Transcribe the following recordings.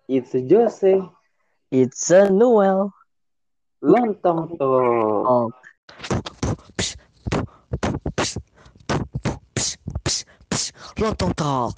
It's Jose. It's a Noel. Lontong tuh. Oh, lontong talk.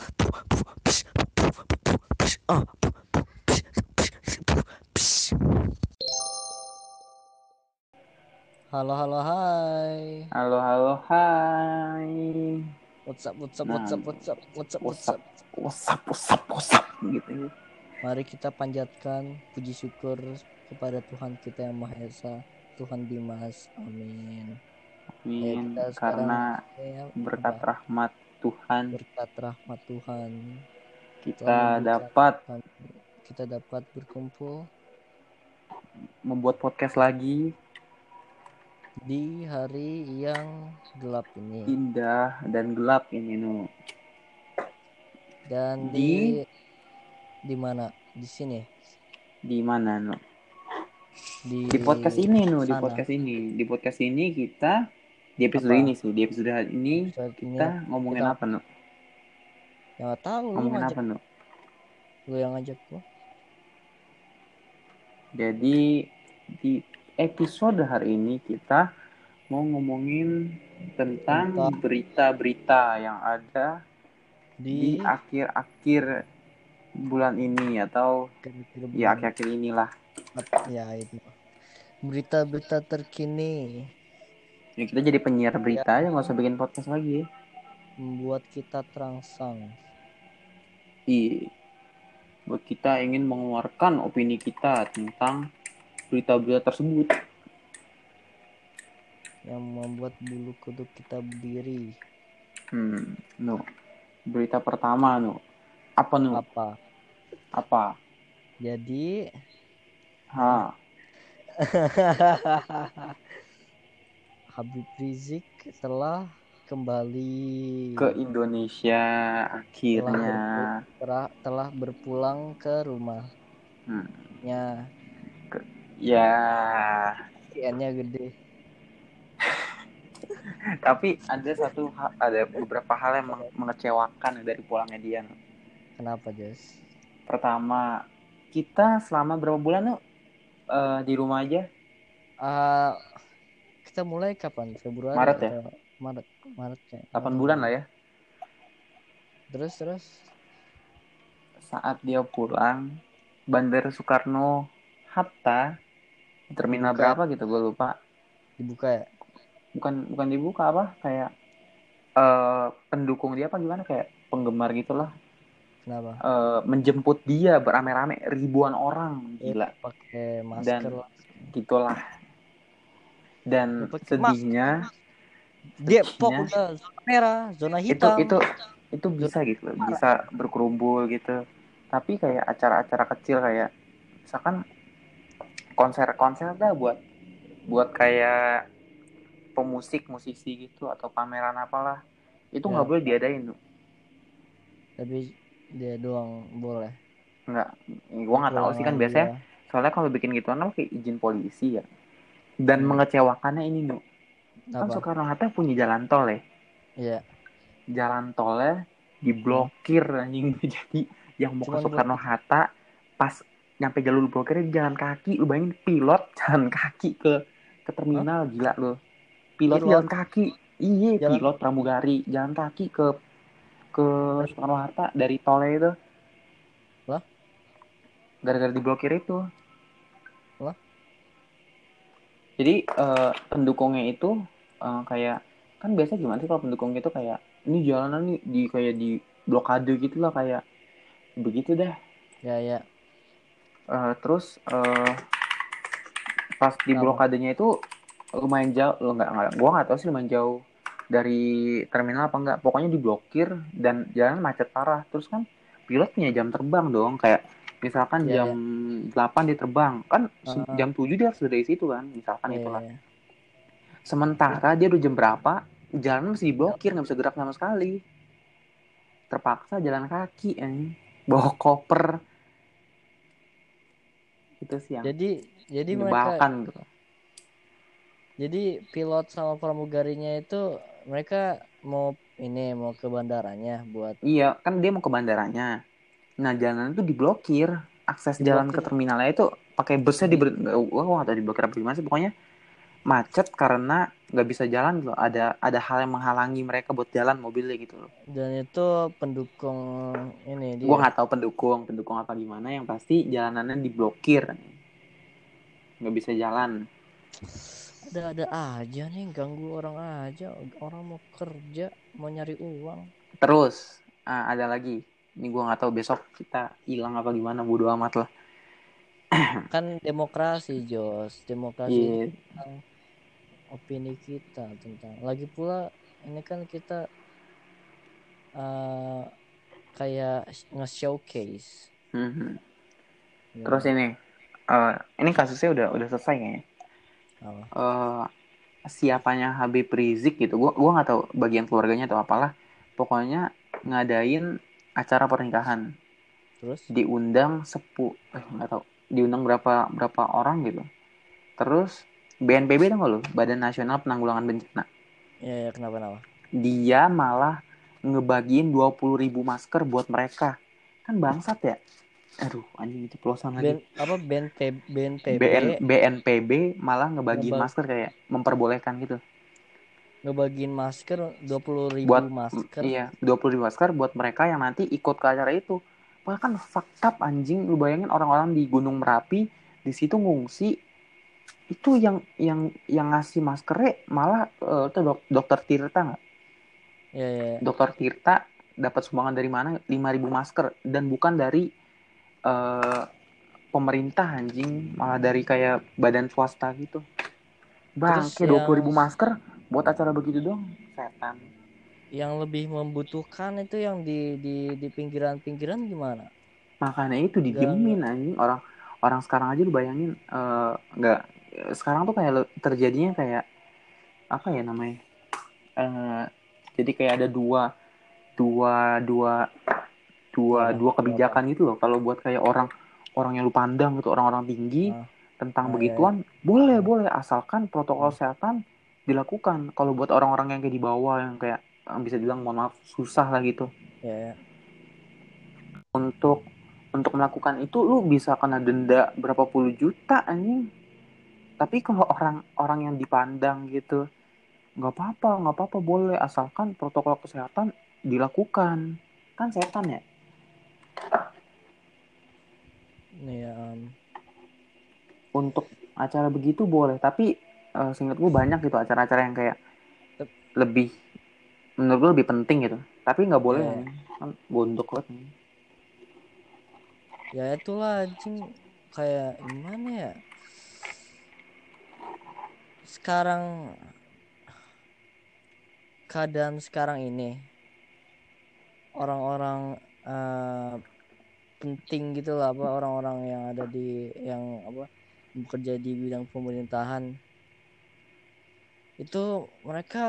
Halo, halo, hai. Halo, halo, hai. What's up, what's up, what's Nah, up, what's up, what's up, what's WhatsApp, up. WhatsApp, gitu. Mari kita panjatkan puji syukur kepada Tuhan kita yang Maha Esa, Tuhan Dimas. Amin. Ayo Amin. kita sekarang Karena berkat apa? rahmat Tuhan, Berkat rahmat Tuhan telah kita memberikan dapat kita dapat berkumpul membuat podcast lagi. di hari yang gelap ini Indah dan gelap ini, Nu. dan Di di mana di sini di mana, Nu? di Di podcast ini, Nu. Di sana podcast ini. Di podcast ini kita di episode ini apa sih. Di episode hari ini episode ini kita ngomongin kita apa, Nu? yang nggak tahu Ngomongin apa, Nu? lu yang ngajak gua. Jadi di episode hari ini kita mau ngomongin tentang Tentang berita-berita yang ada di di akhir-akhir bulan ini atau akhir ya bulan akhir-akhir inilah. ya itu berita-berita terkini Ya, kita jadi penyiar berita yang aja nggak usah bikin podcast lagi. membuat kita terangsang. Iya, buat kita ingin mengeluarkan opini kita tentang berita-berita tersebut. Yang membuat bulu kuduk kita berdiri. No. Berita pertama, no. Apa, no? Apa? Apa? Jadi Ha, Habib Rizik telah kembali ke Indonesia telah akhirnya. telah berpulang ke rumahnya. Hmm. Ya, N-nya gede. tapi ada beberapa hal yang mengecewakan dari pulangnya dia. No. Kenapa, Jas? Pertama, kita selama berapa bulan, no? Di rumah aja. Uh, kita mulai kapan? Februari Maret ya? atau Maret? Maret kayak 8 Maret. bulan lah ya. Terus Saat dia pulang, Bandara Soekarno Hatta, terminal dibuka berapa gitu, gue lupa. ya? Bukan dibuka apa? Kayak pendukung dia apa gimana? Kayak penggemar gitulah. Kenapa? Menjemput dia beramai-ramai ribuan orang, gila. Pakai masker Dan lah. gitulah. Ya, Dan pakai masker. sedihnya, Depok udah zona merah, zona itu hitam, itu itu zona bisa gitu, merah. bisa berkerumbul gitu. Tapi kayak acara-acara kecil kayak misalkan konser-konser dah buat kayak musisi gitu atau pameran apalah itu nggak Ya, boleh diadain tuh. tapi dia doang boleh. Nggak, gua nggak tahu sih kan Kepulangan dia. biasanya soalnya kalau bikin gituan kan kayak izin polisi ya. Dan mengecewakannya ini nu kan Apa? Soekarno Hatta punya jalan tol ya, Iya. jalan tolnya diblokir anjing. Jadi yang mau ke Cuman buat Soekarno Hatta pas nyampe jalur blokirnya jalan kaki, lu bayangin pilot jalan kaki ke Hah? terminal, gila lu. Pilot Pilot jalan kaki, iya, jalan pilot pramugari jalan kaki ke Soekarno Hatta dari tolnya itu lah, gara-gara diblokir itu. lah. Jadi pendukungnya itu kayak kan biasa gimana sih kalau pendukung itu kayak ini jalanan nih di kayak di blokade gitu lah kayak begitu dah. Ya. Terus pas di Kenapa? blokadenya itu lumayan jauh, lo nggak gua nggak tahu sih lumayan jauh dari terminal apa enggak, pokoknya diblokir dan jalan macet parah. Terus kan pilot punya jam terbang dong, kayak misalkan jam Ya. 8 dia terbang kan Uh, jam 7 dia harus dari situ kan misalkan itulah. ya. Terus Sementara dia udah jam berapa jalan masih diblokir, nggak bisa gerak sama sekali, terpaksa jalan kaki bawa koper. Itu sih yang jadi mereka menyebalkan gitu. jadi pilot sama pramugarinya itu mereka mau ke bandaranya buat Iya kan dia mau ke bandaranya, nah jalanan itu diblokir akses jalan ke Diblokin. terminalnya itu pakai busnya gua nggak tahu diblokir apa gimana sih, pokoknya macet karena nggak bisa jalan loh, ada hal yang menghalangi mereka buat jalan mobilnya gitu loh. Dan itu pendukung ini Gua dia. nggak tahu pendukung apa gimana, yang pasti jalanannya diblokir, nggak bisa jalan. Ada aja nih ganggu orang aja. Orang mau kerja, mau nyari uang. Terus ada lagi, ini gue nggak tahu besok kita hilang apa gimana, bodo amat lah. Kan demokrasi, Jos. Demokrasi itu Iya. tentang opini kita tentang. Lagi pula ini kan kita uh, kayak nge-showcase. Mhm. Terus Gimana? ini kasusnya udah selesai kayaknya. Apa? Eh, Siapanya Habib Rizik gitu, gua nggak tahu bagian keluarganya atau apalah, pokoknya ngadain acara pernikahan, Terus? diundang nggak tahu diundang berapa berapa orang gitu. Terus BNPB tau gak lo, Badan Nasional Penanggulangan Bencana, Ya, ya kenapa kenapa? dia malah ngebagiin 20.000 masker buat mereka. Kan bangsat ya. Aduh, anjing itu pelosan lagi. Apa BNPB BNPB malah ngebagiin ngebag masker, kayak memperbolehkan gitu. ngebagiin masker 20.000 Buat masker. iya, 20.000 masker buat mereka yang nanti ikut ke acara itu. Wah kan fucked up anjing. Lu bayangin orang-orang di Gunung Merapi di situ ngungsi, itu yang ngasih maskernya malah itu dokter Tirta nggak? Ya, ya, ya. Dokter Tirta dapat sumbangan dari mana? 5.000 masker, dan bukan dari eh, pemerintah anjing, malah dari kayak badan swasta gitu. Terus Bangke, 20.000 masker buat acara begitu dong. Setan. yang lebih membutuhkan itu yang di pinggiran-pinggiran gimana? Makanya itu Enggak. didiemin anjing. Orang orang sekarang aja lu bayangin, nggak sekarang tuh kayak terjadinya kayak apa ya namanya? Eh, jadi kayak ada dua dua dua dua Apa? dua Dua apa? kebijakan gitu loh. Kalau buat kayak orang orang yang lu pandang gitu, orang-orang tinggi Ah, tentang ya, ya. begituan, boleh Ah, boleh asalkan protokol ah, kesehatan dilakukan. Kalau buat orang-orang yang kayak di bawah, yang kayak bisa bilang mohon maaf susah lah gitu, ya, ya. untuk melakukan itu lu bisa kena denda berapa puluh juta anjing. Tapi kalau orang-orang yang dipandang gitu, nggak apa-apa boleh asalkan protokol kesehatan dilakukan. Kan setan ya. Nih, Untuk acara begitu boleh, tapi seingat gue banyak gitu acara-acara yang kayak lebih, menurut gue lebih penting gitu, tapi nggak ya, boleh ya. kan gondok banget nih. Ya itulah anjing, kayak gimana ya? Sekarang keadaan sekarang ini orang-orang eh, penting gitu lah, apa orang-orang yang ada di yang apa bekerja di bidang pemerintahan itu mereka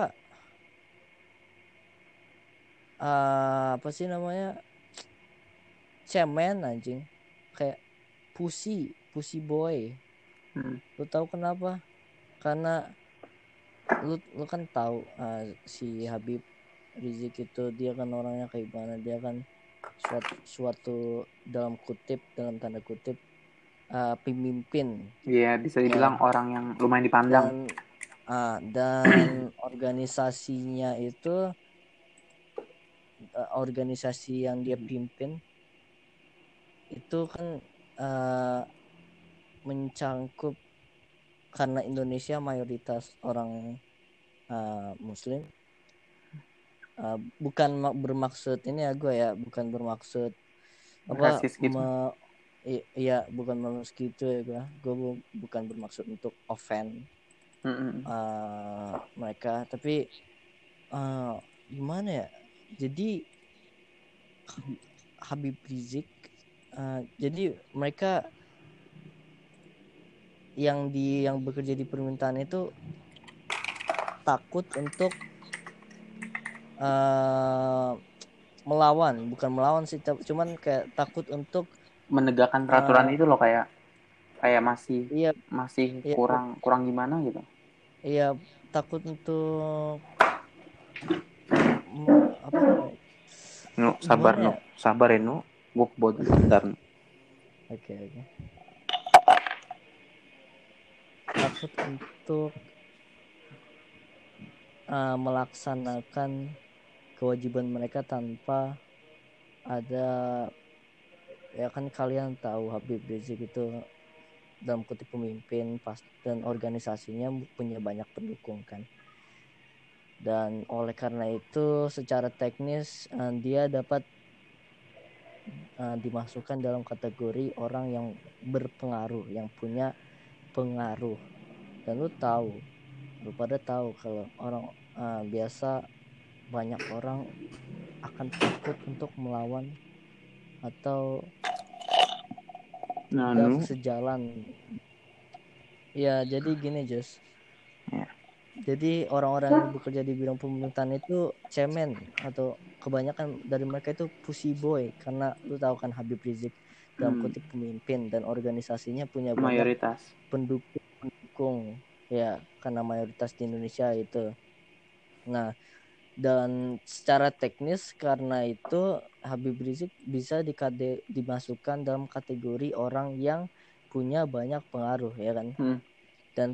apa sih namanya, cemen anjing, kayak pussy boy. Hmm. Lu tahu kenapa? Karena lu kan tahu si Habib Rizik itu dia kan orangnya kayak gimana, dia kan suatu dalam tanda kutip pemimpin Iya, bisa ya. dibilang orang yang lumayan dipandang. Dan organisasinya itu organisasi yang dia pimpin itu kan uh, mencangkup, karena Indonesia mayoritas orang Muslim. Bukan bermaksud ini ya, gue ya bukan bermaksud apa Rasis gitu. iya bukan bermaksud gitu ya, gue bukan bermaksud untuk offend Mm-mm. mereka, tapi uh, gimana ya, jadi Habib Rizik jadi mereka yang bekerja di permintaan itu takut untuk uh, melawan, bukan melawan sih, cuman kayak takut untuk Menegakkan peraturan uh, itu loh, kayak kayak masih iya, masih iya, kurang kurang gimana gitu. iya, takut untuk apa Nu sabar gimana nu ya, sabar ya nu, gue bawa dulu bentar nu. Oke. Takut untuk melaksanakan kewajiban mereka tanpa ada, ya kan kalian tahu Habib Rizik itu dalam kutip pemimpin pas dan organisasinya punya banyak pendukung kan, dan oleh karena itu secara teknis dia dapat dimasukkan dalam kategori orang yang berpengaruh, yang punya pengaruh. Dan lu pada tahu kalau orang biasa banyak orang akan takut untuk melawan atau Nah, tidak nu, sejalan. Ya, jadi gini, Jus. ya. Jadi orang-orang yang bekerja di bidang pemerintahan itu cemen, atau kebanyakan dari mereka itu pussy boy, karena lu tahu kan Habib Rizik dalam Hmm, kutip pemimpin dan organisasinya punya banyak mayoritas. pendukung ya, karena mayoritas di Indonesia itu. Nah, dan secara teknis karena itu Habib Rizik bisa dimasukkan dalam kategori orang yang punya banyak pengaruh ya kan. Hmm. Dan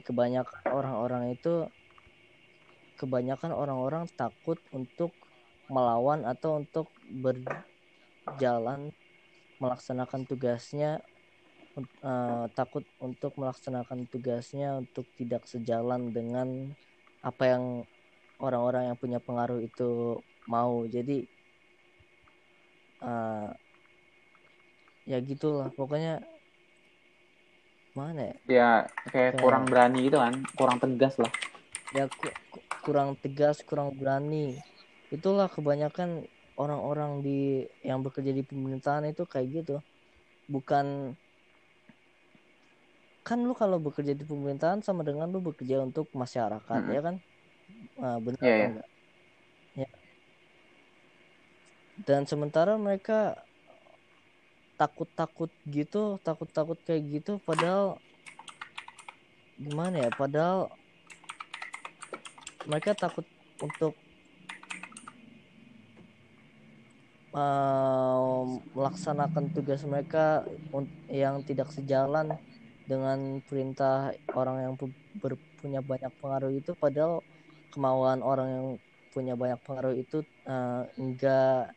kebanyakan orang-orang takut untuk melawan atau untuk berjalan melaksanakan tugasnya, takut untuk melaksanakan tugasnya untuk tidak sejalan dengan apa yang orang-orang yang punya pengaruh itu mau. Jadi uh, ya gitulah pokoknya, mana ya, Ya kayak kurang kayak berani gitu kan, kurang tegas lah. ya kurang tegas, kurang berani. Itulah kebanyakan orang-orang yang bekerja di pemerintahan itu kayak gitu. Bukan, kan lu kalau bekerja di pemerintahan sama dengan lu bekerja untuk masyarakat Hmm. ya kan. Benar Ya apa ya. enggak ya. Dan sementara mereka takut-takut kayak gitu, padahal gimana ya, padahal mereka takut untuk melaksanakan tugas mereka yang tidak sejalan dengan perintah orang yang punya banyak pengaruh itu, padahal kemauan orang yang punya banyak pengaruh itu enggak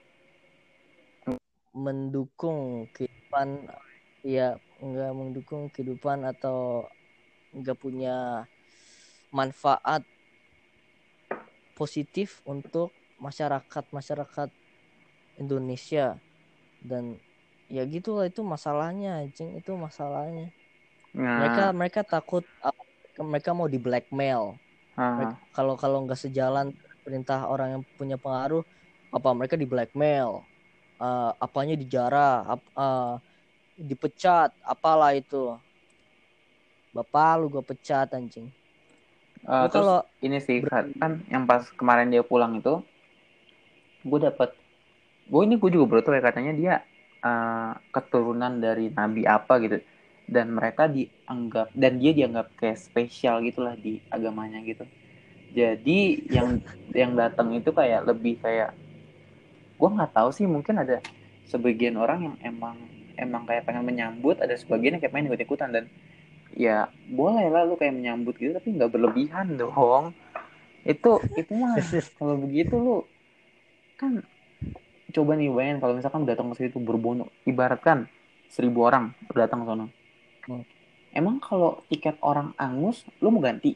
mendukung kehidupan, ya enggak mendukung kehidupan atau enggak punya manfaat positif untuk masyarakat Indonesia. Dan ya gitulah, itu masalahnya anjing, itu masalahnya. Nah, Mereka takut mereka mau di blackmail. ah, Mereka, kalau nggak sejalan perintah orang yang punya pengaruh, apa mereka di blackmail, apanya dijarah, dipecat, apalah itu. Bapak lu gue pecat anjing. Lu terus kalau ini sih berani, kan yang pas kemarin dia pulang itu, gue dapet, gue juga baru tahu ya, katanya dia keturunan dari nabi apa gitu, dan mereka dianggap, dan dia dianggap kayak spesial gitulah di agamanya gitu. Jadi yang datang itu kayak lebih kayak, gue nggak tahu sih, mungkin ada sebagian orang yang emang kayak pengen menyambut, ada sebagian yang kayak pengen ikut ikutan, dan ya boleh lah lu kayak menyambut gitu, tapi nggak berlebihan dong. Itu mah kalau begitu lu kan, coba nih bayangin kalau misalkan datang ke situ berbondong, ibaratkan 1.000 orang datang ke sana. hmm, Emang kalau tiket orang angus, lu mau ganti?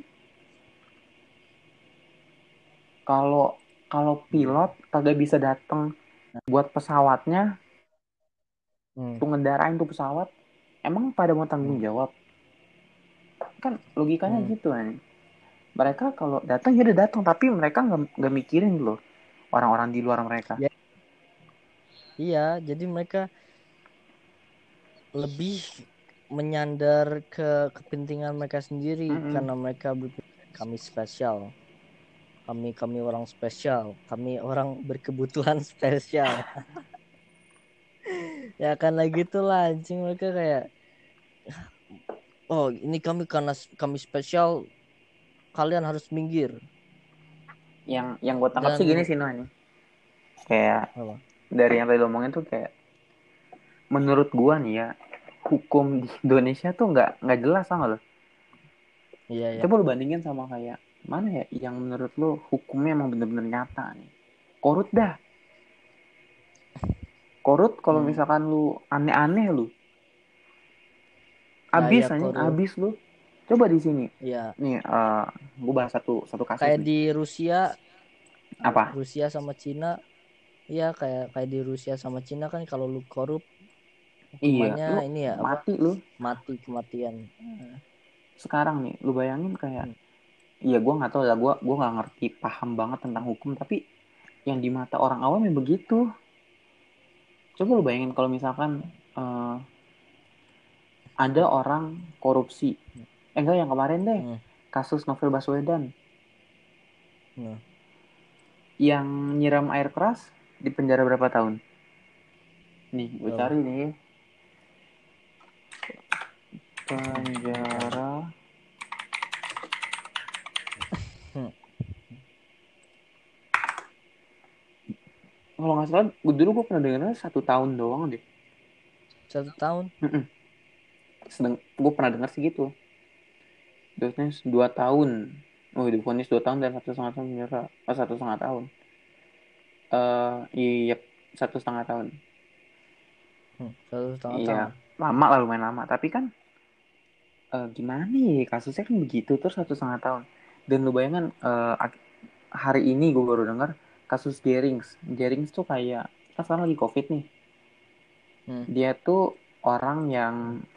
Kalau kalau pilot kagak bisa datang buat pesawatnya, hmm, tuh ngedarain tuh pesawat, emang pada mau tanggung hmm, jawab? Kan logikanya hmm. gitu kan. Mereka kalau datang ya udah datang, tapi mereka nggak mikirin loh orang-orang di luar mereka. Ya, iya, jadi mereka lebih menyandar ke kepentingan mereka sendiri, Mm-mm. karena mereka berpikir kami spesial, kami orang spesial, kami orang berkebutuhan spesial. Ya karena gitulah anjing, mereka kayak, oh ini kami karena kami spesial, kalian harus minggir. Yang gue tangkap sih gini Dan sih, Noh, ini kayak apa, dari yang tadi lo omongin tuh kayak, menurut gua nih ya, hukum di Indonesia tuh nggak jelas sama lo. Iya ya. Coba lu bandingin sama kayak mana ya yang menurut lu hukumnya emang bener-bener nyata nih. Korut dah. Korut kalau Hmm. misalkan lu aneh-aneh lu, Nah abis ya anjing, korut. abis lu. Coba di sini. Ya Nih, gue bahas satu satu kasus kayak nih. di Rusia, Apa? Rusia sama Cina. Iya kayak kayak di Rusia sama Cina kan kalau lu korup Iya, hukumannya lu ini ya apa? mati lu. Mati, kematian. Sekarang nih, lu bayangin kayak, Hmm. iya gue nggak tahu lah, gue nggak ngerti paham banget tentang hukum, tapi yang di mata orang awam yang begitu. Coba lu bayangin kalau misalkan eh, ada orang korupsi. Enggak yang kemarin deh, Hmm. kasus Novel Baswedan Nah, yang nyiram air keras di penjara berapa tahun? Nih, gue berapa? cari nih. Gue cari. Penjara. Hmm. Kalau nggak salah, dulu gue pernah dengarnya 1 tahun doang deh. 1 tahun. Gue pernah dengar segitu. Terusnya 2 tahun. Oh, divonis 2 tahun dan 1,5 tahun penjara. Oh, 1,5 tahun. Iya, 1,5 tahun. 1,5 tahun. Iya, lama lah, lumayan lama. Tapi kan gimana ya, kasusnya kan begitu terus 1,5 tahun. Dan lu bayangkan hari ini gue baru dengar kasus Jerings. Jerings tuh kayak kan sekarang lagi COVID nih. Hmm. Dia tuh orang yang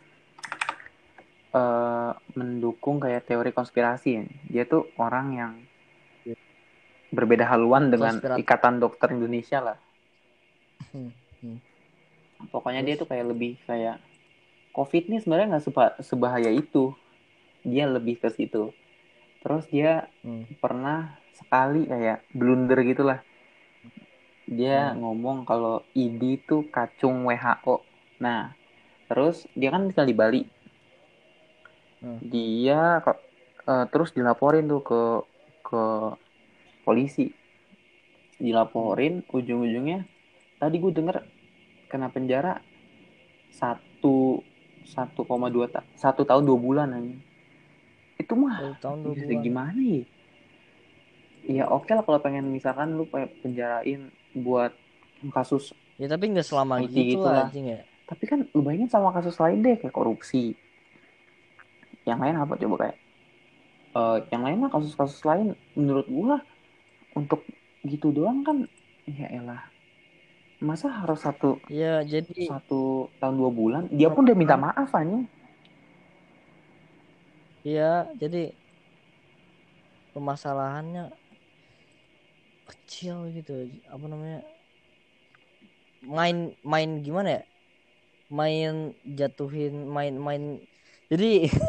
mendukung kayak teori konspirasi ya. Dia tuh orang yang berbeda haluan dengan Konspirator. Ikatan Dokter Indonesia lah. Hmm. Hmm. Pokoknya dia Terus. tuh kayak lebih kayak COVID nih sebenarnya nggak sebahaya itu. Dia lebih ke situ. Terus dia Hmm. pernah sekali kayak blunder gitulah. Dia Hmm. ngomong kalau ID itu kacung WHO. Nah, terus dia kan tinggal di Bali. Hmm. Dia terus dilaporin tuh ke polisi. Hmm. Dilaporin ujung-ujungnya tadi gue denger kena penjara satu 1,2 1 tahun 2 bulan aja. Itu mah 1 tahun 2 bulan. gimana ya? Ya oke lah kalau pengen misalkan lu penjarain buat kasus Ya tapi nggak selama IT gitu lah gitulah. anjing ya. Tapi kan lu bayangin sama kasus lain deh kayak korupsi. Yang lain apa coba kayak yang lain mah kasus-kasus lain menurut gua untuk gitu doang kan ya elah. Masa harus satu Ya jadi 1 tahun 2 bulan? Dia pun udah minta permasalahan. maaf aja. Ya jadi permasalahannya kecil gitu. Apa namanya? Main gimana ya? Main jatuhin main-main. Jadi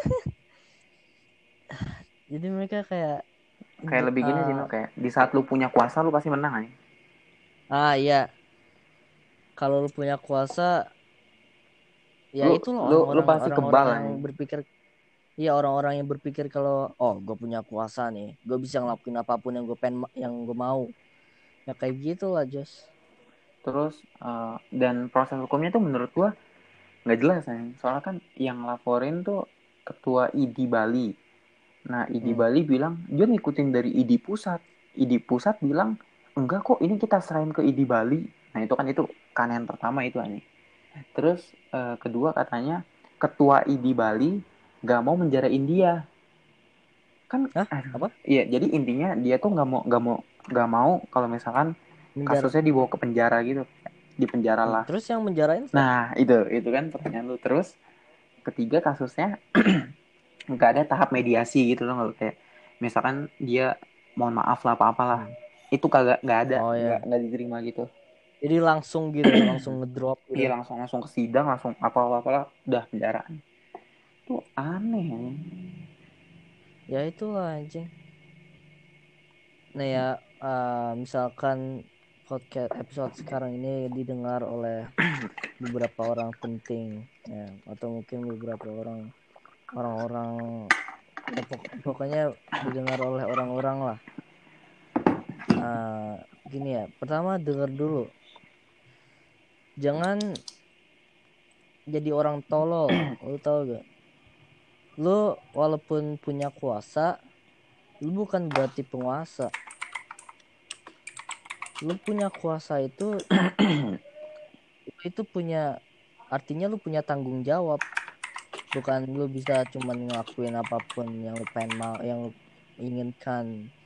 jadi mereka kayak Kayak lebih gini sih no kayak di saat lu punya kuasa lu pasti menang aja. iya, kalau lu punya kuasa ya Lu itulah lu lu orang-orang pasti orang-orang kebal yang aja. berpikir. Iya orang-orang yang berpikir kalau oh gue punya kuasa nih, gue bisa ngelakuin apapun yang gue pengen, yang gue mau. Ya kayak gitu lah Jos. Terus dan proses hukumnya tuh menurut gua nggak jelas ya. Soalnya kan yang laporin tuh ketua ID Bali. Nah, ID Hmm. Bali bilang dia ngikutin dari ID pusat. ID pusat bilang enggak kok ini kita serahin ke ID Bali. Nah, itu keanehan pertama itu aneh. Terus kedua katanya ketua ID Bali nggak mau menjarain dia. Kan Hah? aduh. Apa? Iya, jadi intinya dia tuh nggak mau kalau misalkan Menjar. kasusnya dibawa ke penjara gitu. Di penjara lah. Terus yang menjarain siapa? Nah, itu kan pertanyaan lu. Terus ketiga kasusnya nggak ada tahap mediasi gitu loh nggak kayak misalkan dia mohon maaf lah apa apalah Hmm. itu kagak nggak ada Oh ya. nggak diterima gitu. Jadi langsung gitu, langsung ngedrop gitu. Iya langsung langsung ke sidang langsung apa apalah udah penjara itu aneh ya. Ya itulah anjing. Nah ya, misalkan podcast episode sekarang ini didengar oleh beberapa orang penting, ya, atau mungkin beberapa orang-orang, ya pokoknya didengar oleh orang-orang lah. Gini ya, pertama dengar dulu, jangan jadi orang tolol. Lu tau gak? Lu walaupun punya kuasa, lu bukan berarti penguasa. Lu punya kuasa itu punya artinya lu punya tanggung jawab. Bukan lu bisa cuman ngelakuin apapun yang lu pengen mau, yang lu inginkan,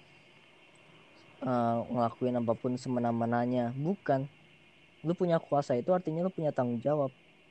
ngelakuin apapun semena-menanya. Bukan. Lu punya kuasa itu artinya lu punya tanggung jawab.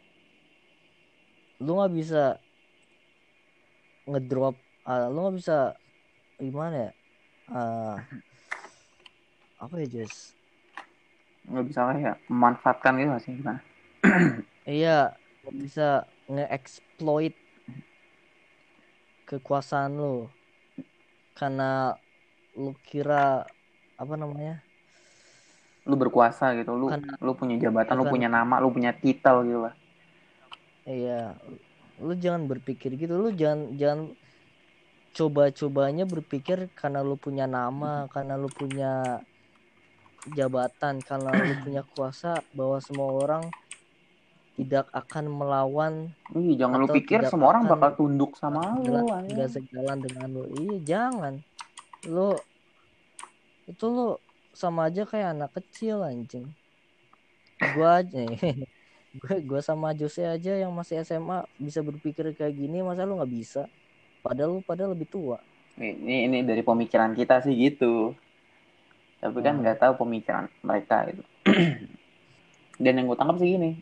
Lu nggak bisa ngedrop, lu nggak bisa gimana ya? Uh, apa ya, Jess? Nggak bisa kayak memanfaatkan gitu nggak sih gimana? Iya, nggak bisa nge-exploit kekuasaan lu karena lu kira apa namanya? Lu berkuasa gitu, lu Karena lu punya jabatan, ya lu kan, punya nama, lu punya titel gitu lah. iya, lu jangan berpikir gitu, lu jangan jangan coba-cobanya berpikir karena lu punya nama, karena lu punya jabatan, karena lu punya kuasa bahwa semua orang tidak akan melawan Ih, jangan lu atau pikir tidak semua orang akan bakal tunduk sama sejalan, lu nggak anjing. sejalan dengan lu. Iya, jangan. Lu itu lu sama aja kayak anak kecil anjing. Gua aja nih. Gua sama Jose aja yang masih SMA bisa berpikir kayak gini, masa lu nggak bisa? Padahal lu padahal lebih tua. Ini dari pemikiran kita sih gitu. Tapi kan Nah, nggak tahu pemikiran mereka gitu. Dan yang gue tangkap sih gini,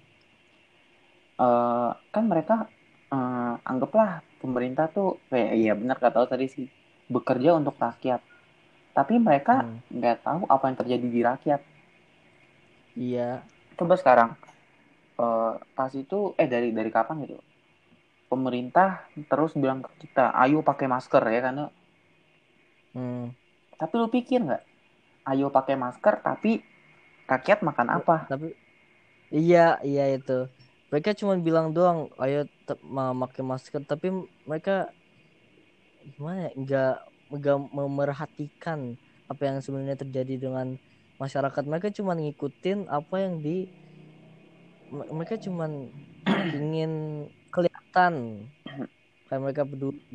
kan mereka anggaplah pemerintah tuh kayak iya benar kata lo tadi sih bekerja untuk rakyat. Tapi mereka hmm, nggak tahu apa yang terjadi di rakyat. iya, Coba sekarang pas itu dari kapan gitu? Pemerintah terus bilang ke kita, ayo pakai masker ya karena. hmm. Tapi lu pikir nggak? Ayo pakai masker, tapi rakyat makan apa? Tapi iya, iya itu. Mereka cuma bilang doang, ayo pakai masker, tapi mereka gimana ya? Nggak memerhatikan apa yang sebenarnya terjadi dengan masyarakat. Mereka cuma ngikutin apa yang mereka cuma ingin kelihatan kayak mereka peduli.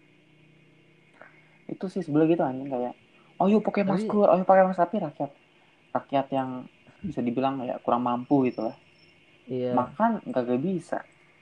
Itu sih sebelah gitu anjing kayak, ayo pakai Tapi masker, ayo pakai masker, tapi rakyat yang bisa dibilang ya kurang mampu gitu lah. iya, Makan gak bisa.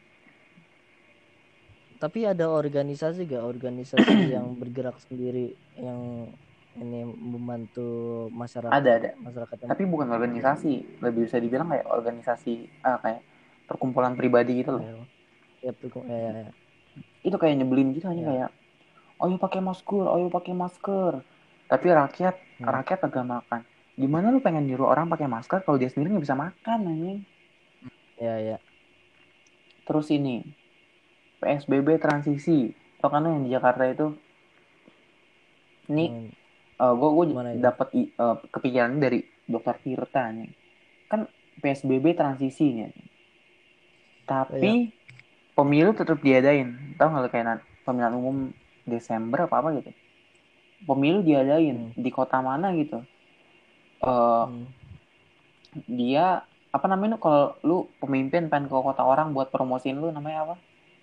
tapi ada organisasi gak organisasi yang bergerak sendiri yang ini membantu Ada masyarakat ada. masyarakat yang Tapi bukan organisasi, lebih bisa dibilang kayak organisasi kayak perkumpulan pribadi gitu loh. ya, ya, ya, ya, Itu kayak nyebelin gitu aja ya. kayak, ayo pakai masker, ayo pakai masker. Tapi rakyat Hmm, rakyat agak makan. Gimana lu pengen nyuruh orang pakai masker kalau dia sendiri nggak bisa makan anjing? ya, ya. Terus ini PSBB transisi. Tau kan yang di Jakarta itu, ini Hmm, gue gimana itu? dapat kepikiran dari dokter Tirta nih. Kan PSBB transisinya. Oh, ya. Tapi pemilu tetap diadain. Tahu nggak kayak pemilihan umum Desember apa apa gitu. Pemilu diadain Hmm, di kota mana gitu. eh hmm. Dia apa namanya kalau lu pemimpin pengen ke kota orang buat promosiin lu namanya apa?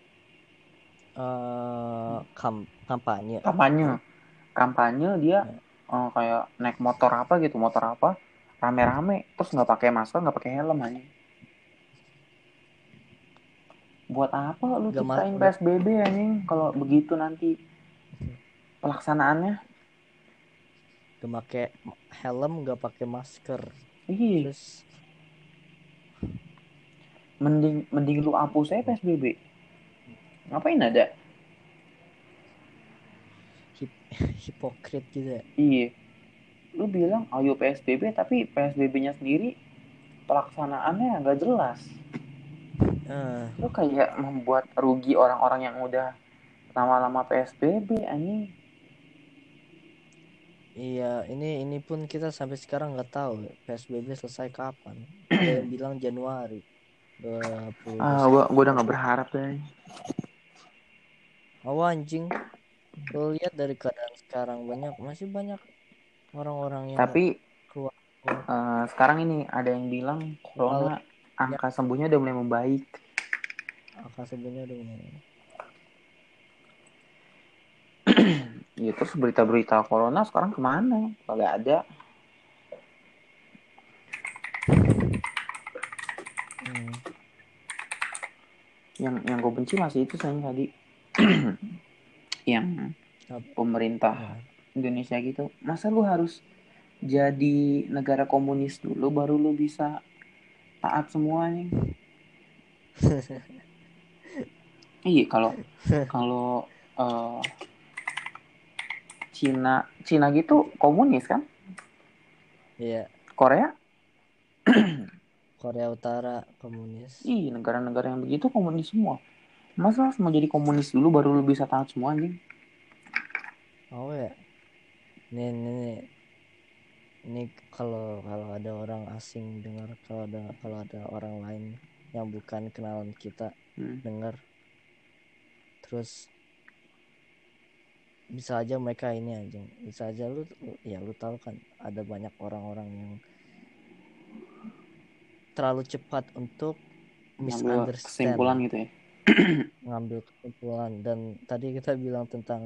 Kampanye. Kampanye. Kampanye dia Ya. kayak naik motor apa gitu, motor apa rame-rame terus nggak pakai masker nggak pakai helm aja. Buat apa lu Gak, ciptain gak, PSBB anjing kalau begitu nanti pelaksanaannya? gak pakai helm, gak pakai masker. Ih, Terus mending mending lu hapus saya PSBB. Ngapain ada? hipokrit gitu ya. Iya, lu bilang ayo PSBB tapi PSBB-nya sendiri pelaksanaannya nggak jelas. Eh, Lu kayak membuat rugi orang-orang yang udah lama-lama PSBB anjing. iya, ini pun kita sampai sekarang nggak tahu PSBB selesai kapan. Ada yang bilang Januari 20 Gua udah Desember. nggak berharap deh. Oh anjing, lo lihat dari keadaan sekarang masih banyak orang-orang yang Tapi keluar keluar. sekarang ini ada yang bilang Walau corona angka sembuhnya udah mulai membaik. akal sebenarnya udah kemana. Ya terus berita-berita corona sekarang kemana? Kagak ada. Hmm. Yang gue benci masih itu sayang tadi. Yang pemerintah Nah. Indonesia gitu. Masa lu harus jadi negara komunis dulu baru lu bisa taat semuanya? Iya, kalau kalau eh, Cina Cina gitu komunis kan? Iya, Korea, Korea Utara komunis. ih negara-negara yang begitu komunis semua. Masa harus mau jadi komunis dulu baru lu bisa taat semua anjing? Oh ya, ini kalau kalau ada orang asing dengar, kalau ada orang lain yang bukan kenalan kita Hmm. dengar, terus bisa aja mereka ini anjing, bisa aja ya lu tahu kan ada banyak orang-orang yang terlalu cepat untuk Ngambil misunderstand, kesimpulan gitu ya. ngambil kesimpulan. Dan tadi kita bilang tentang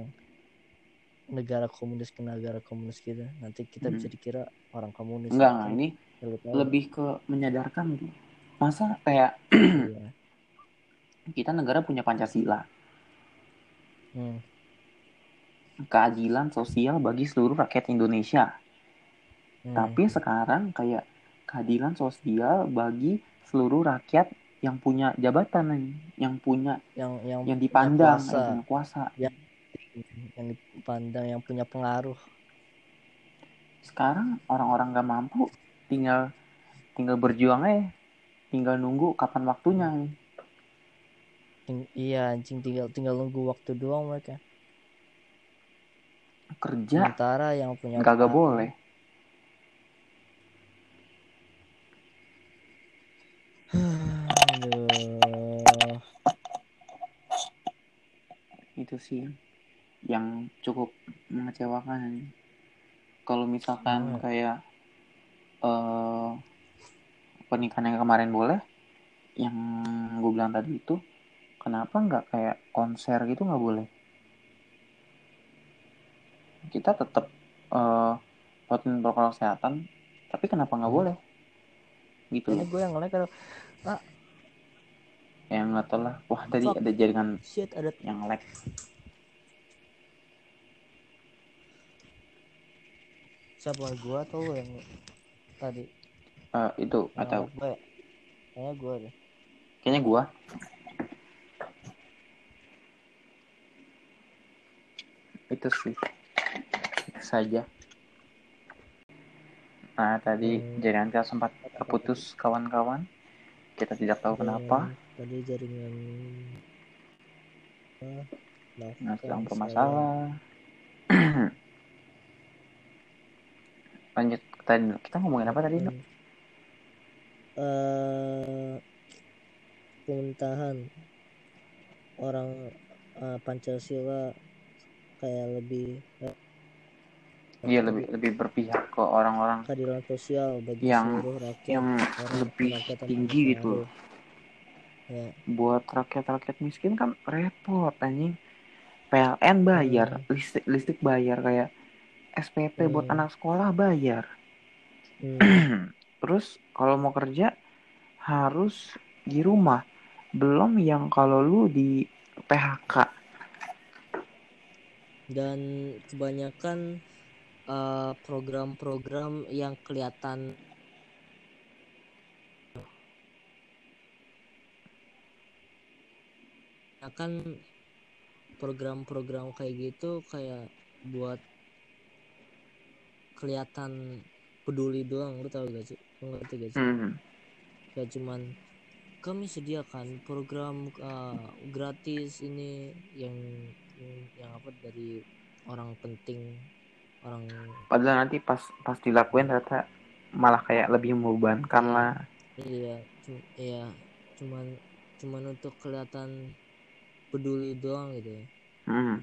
negara komunis gitu, nanti kita Hmm. bisa dikira orang komunis ya Enggak, kan. ini Ya, lu tahu. lebih ke menyadarkan gitu. Masa kayak Iya. kita negara punya Pancasila, Hmm. keadilan sosial bagi seluruh rakyat Indonesia. Hmm. Tapi sekarang kayak keadilan sosial bagi seluruh rakyat yang punya jabatan, yang punya, yang yang punya dipandang, yang kuasa, punya kuasa. yang yang dipandang, yang punya pengaruh. Sekarang orang-orang gak mampu tinggal tinggal berjuang aja, tinggal nunggu kapan waktunya. Iya anjing, tinggal tinggal nunggu waktu doang mereka. Kerja Sementara yang punya gak pengaruh, boleh. aduh, Itu sih yang cukup mengecewakan. Kalau misalkan banget. kayak eh, pernikahan yang kemarin boleh, yang gue bilang tadi itu, kenapa nggak kayak konser gitu nggak boleh? Kita tetap patuhin protokol kesehatan, tapi kenapa nggak Hmm. boleh? Gitu Ini loh. gue yang nge-lag kalau ah Yang nggak tahu lah. Wah tadi fuck ada jaringan shit, ada yang lag. siapa, gue atau lu yang tadi Itu yang nggak tahu. nge-lag gue? Kayaknya gue deh. Kayaknya gue itu sih itu saja. Nah tadi Hmm, jaringan kita sempat apa terputus tadi? kawan-kawan. Kita tidak tahu kenapa. Jaringan tadi, jaringan Nah maafkan sedang saya. bermasalah. Lanjut tadi kita ngomongin apa tadi? Maafkan eh pemerintahan orang, Pancasila kayak lebih Iya lebih lebih lebih berpihak ke orang-orang keadilan sosial bagi yang seluruh rakyat, yang orang lebih rakyat yang punya tinggi gitu loh. pengaruh ya. Buat rakyat-rakyat miskin kan repot anjing. PLN bayar, Hmm. listrik bayar, kayak SPP buat Hmm. anak sekolah bayar. Hmm. Terus kalau mau kerja harus di rumah. Belum yang kalau lu di PHK. Dan kebanyakan program-program yang kelihatan akan, program-program kayak gitu kayak buat kelihatan peduli doang. Lu tahu gak sih, lu ngerti gak sih, Hmm. kayak cuman kami sediakan program gratis ini, yang yang apa, dari orang penting, orang. Padahal nanti pas pas dilakuin ternyata malah kayak lebih membebankan Iya, lah. iya, iya, cuman cuman untuk kelihatan peduli doang gitu ya, Hmm.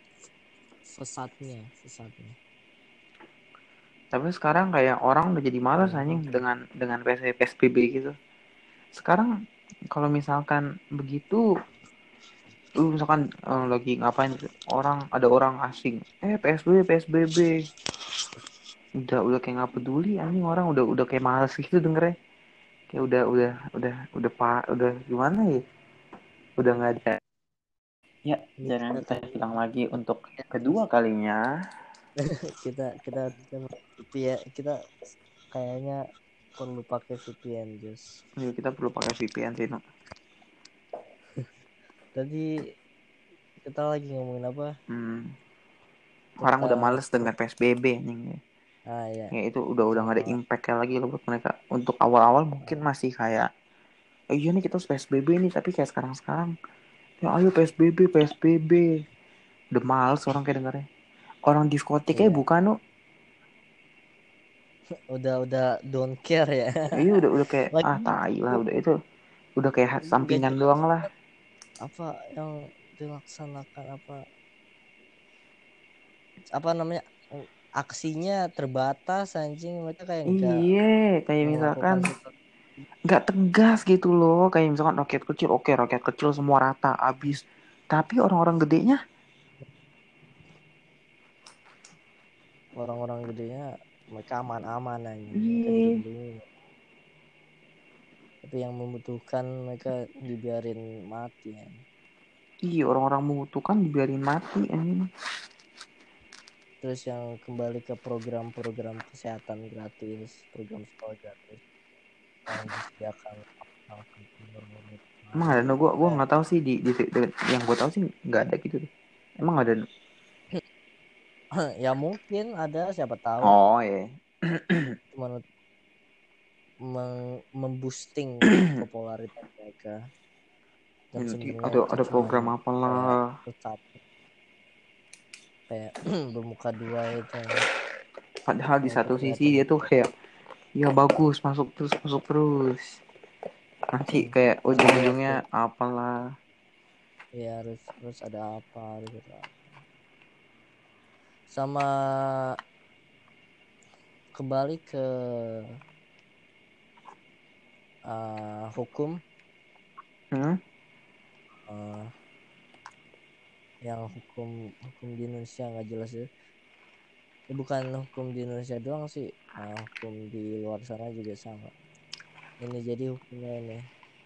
fesatnya. Tapi sekarang kayak orang udah jadi malas Hmm. anjing dengan PSBB gitu. Sekarang Kalau misalkan begitu, lu misalkan lagi ngapain gitu, ada orang asing, PSBB PSBB, udah kayak nggak peduli, anjing orang udah kayak males gitu dengernya, kayak udah pak udah gimana ya, udah nggak ada. Ya, jangan Kita kita tadi hilang lagi untuk kedua kalinya. kita VPN, kita kayaknya perlu pakai VPN Jus. Ya, kita perlu pakai VPN sih, no. Tadi kita lagi ngomongin apa? Hmm, orang udah Tentang males dengan PSBB anjing. ya, Ya itu udah nggak ada sama impact lagi loh buat mereka. Untuk awal-awal mungkin masih kayak, iya nih kita harus PSBB nih, tapi kayak sekarang-sekarang, ya ayo PSBB PSBB, udah males orang kayak dengernya. Orang diskotiknya iya, bukan, no. udah don't care ya. Iya udah kayak Lagi tai lah, udah itu udah kayak nggak sampingan jelas doang lah. apa yang dilaksanakan, apa namanya, aksinya terbatas anjing, mereka kayak nggak Iya, kayak misalkan melakukan sesuatu. nggak tegas gitu loh, kayak misalkan rakyat kecil, oke rakyat kecil semua rata abis, tapi orang-orang gedenya, Orang-orang gedenya mereka aman-aman anjing, mereka iya dilindungi, tapi yang membutuhkan mereka dibiarin mati ya. iya orang-orang membutuhkan dibiarin mati anjing. Terus yang kembali ke program-program kesehatan gratis, program sekolah gratis yang disediakan langsung ke Emang ada, Mali no, gua kayak nggak tahu sih yang gue tahu sih nggak ada gitu deh. Emang ada, no? ya mungkin ada, siapa tahu, Oh iya. cuma memboosting popularitas mereka, dan Nanti sebenarnya itu ada cuman program kayak apalah. satu, kayak bermuka dua itu aja, Padahal di yang satu sisi kelihatan. dia tuh kayak, ya bagus, masuk terus. Nanti kayak Nanti kayak ujung-ujungnya apalah. ya harus ada apa, harus ada apa. Sama kembali ke hukum, Hmm? uh, yang hukum hukum di Indonesia nggak jelas ya. Bukan hukum di Indonesia doang sih, hukum di luar sana juga sama. Ini jadi hukumnya ini,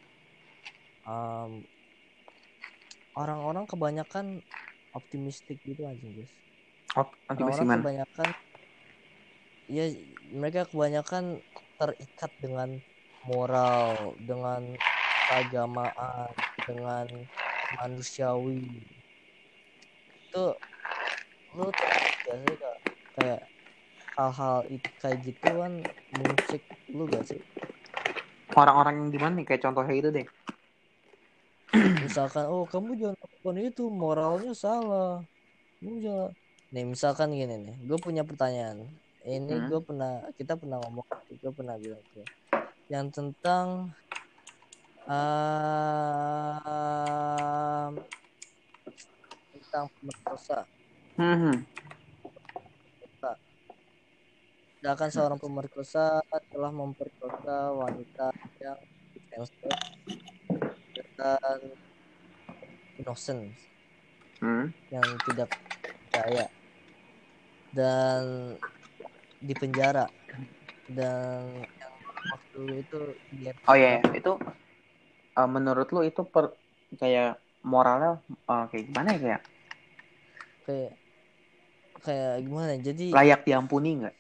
um, orang-orang kebanyakan optimistik gitu anjing guys. Optimis Orang-orang gimana? kebanyakan, ya mereka kebanyakan terikat dengan moral, dengan keagamaan, dengan manusiawi. Itu lu takut gak sih kayak hal-hal itu kayak gitu kan mencek lu gak sih? Orang-orang yang gimana nih, kayak contohnya itu deh. Misalkan, oh kamu jangan lakukan itu, moralnya salah, kamu jangan. Nih misalkan gini nih, gue punya pertanyaan. Ini Hmm? kita pernah ngomong, gue pernah bilang tuh yang tentang um, tentang pemerkosa. Hmm. Sedangkan seorang pemerkosa telah memperkosa wanita yang defenseless dan innocent, Hmm. yang tidak percaya, dan dipenjara, dan yang waktu itu dia Oh iya, bilang iya. Itu menurut lu itu kayak moralnya kayak gimana ya, kayak kayak kayak gimana, jadi layak diampuni nggak?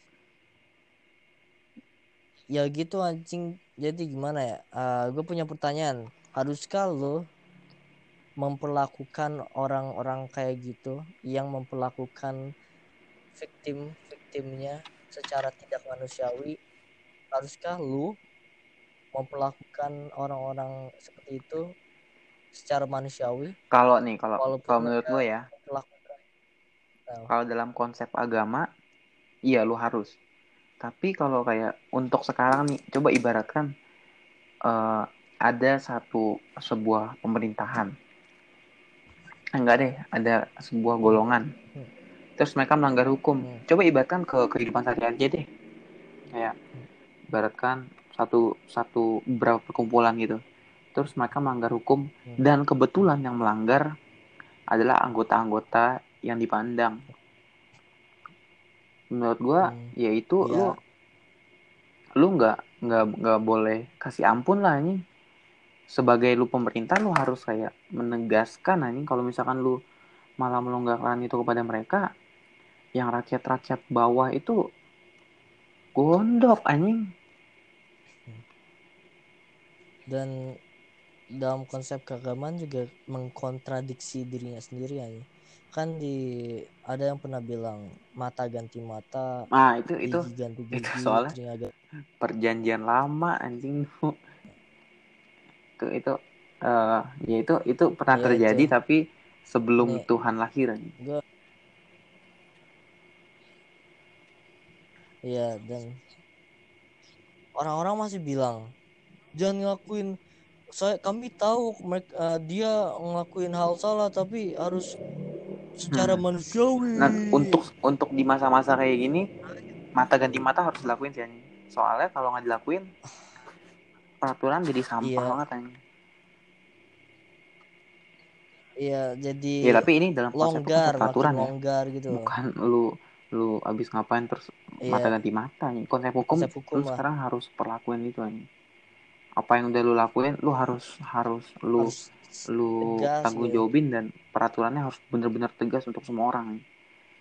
ya gitu anjing. Jadi gimana ya, gue punya pertanyaan, haruskah lo memperlakukan orang-orang kayak gitu, yang memperlakukan victimnya secara tidak manusiawi, haruskah lu memperlakukan orang-orang seperti itu secara manusiawi, Kalau nih, kalau walaupun kalau menurut mereka gue ya, memperlakukan kalau dalam konsep agama, iya lu harus. Tapi kalau kayak untuk sekarang nih, coba ibaratkan eh, ada sebuah pemerintahan, enggak deh, ada sebuah hmm, golongan, hmm, terus mereka melanggar hukum. hmm, Coba ibaratkan ke kehidupan sehari-hari aja deh, kayak hmm, ibaratkan satu satu beberapa perkumpulan gitu, terus mereka melanggar hukum, Hmm. dan kebetulan yang melanggar adalah anggota-anggota yang dipandang. Menurut gue Hmm. yaitu lu Ya, lu nggak boleh kasih ampun lah ini. Sebagai lu pemerintah lu harus kayak menegaskan anjing, kalau misalkan lu malah melonggarkan itu kepada mereka, yang rakyat-rakyat bawah itu gondok anjing. dan dalam konsep keagamaan juga mengkontradiksi dirinya sendiri ya. Kan ada yang pernah bilang mata ganti mata, Nah, gigi ganti itu gigi, soalnya telinga ganti. perjanjian lama anjing. Itu ya itu pernah Ya itu. terjadi tapi sebelum Nih, Tuhan lahir anjing. gue ya, dan orang-orang masih bilang jangan ngelakuin, kami tahu mereka, dia ngelakuin hal salah tapi harus secara Hmm. Nah, manusiawi. untuk di masa-masa kayak gini, mata ganti mata harus dilakuin sih anjing. Soalnya kalau nggak dilakuin, peraturan jadi sampah Iya, banget anjing. iya, jadi Ya tapi ini dalam konsep longgar, makin peraturan ya, longgar gitu. bukan lu lu abis ngapain terus mata Iya, ganti mata nih. Konsep hukum konsep lu hukum lah, sekarang harus perlakuin itu anjing. Apa yang udah lu lakuin lu harus harus lu harus lu tegas tanggung gitu. jawabin, dan peraturannya harus bener-bener tegas untuk semua orang anjing.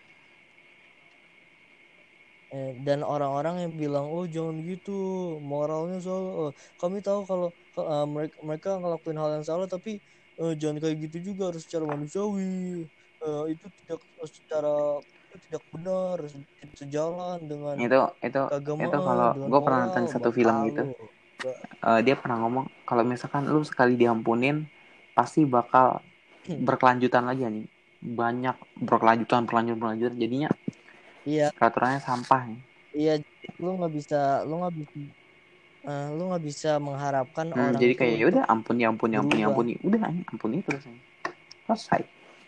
Dan orang-orang yang bilang oh jangan gitu, moralnya salah. Kami tahu kalau mereka ngelakuin hal yang salah tapi jangan kayak gitu juga, harus secara manusiawi. Itu tidak secara itu tidak benar, tidak sejalan dengan itu itu itu keagamaan, kalau dengan gue pernah moral. nonton satu film gitu, Batalu. Gak. dia pernah ngomong kalau misalkan lu sekali diampunin pasti bakal berkelanjutan lagi nih, banyak berkelanjutan berkelanjutan berkelanjutan, jadinya Iya, peraturannya sampah nih. iya. Lu nggak bisa, lu nggak bisa mengharapkan orang Jadi itu kayak ya untuk udah ampuni ampuni ampuni berubah. ampuni udah nih ampuni terus nih. Selesai.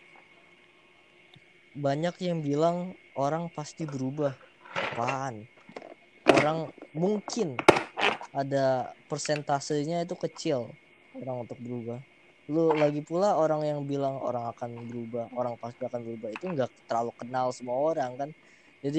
Banyak yang bilang orang pasti berubah. Apaan? Orang mungkin ada persentasenya itu kecil orang untuk berubah. Lu lagi pula orang yang bilang orang akan berubah, orang pasti akan berubah itu nggak terlalu kenal semua orang kan. Jadi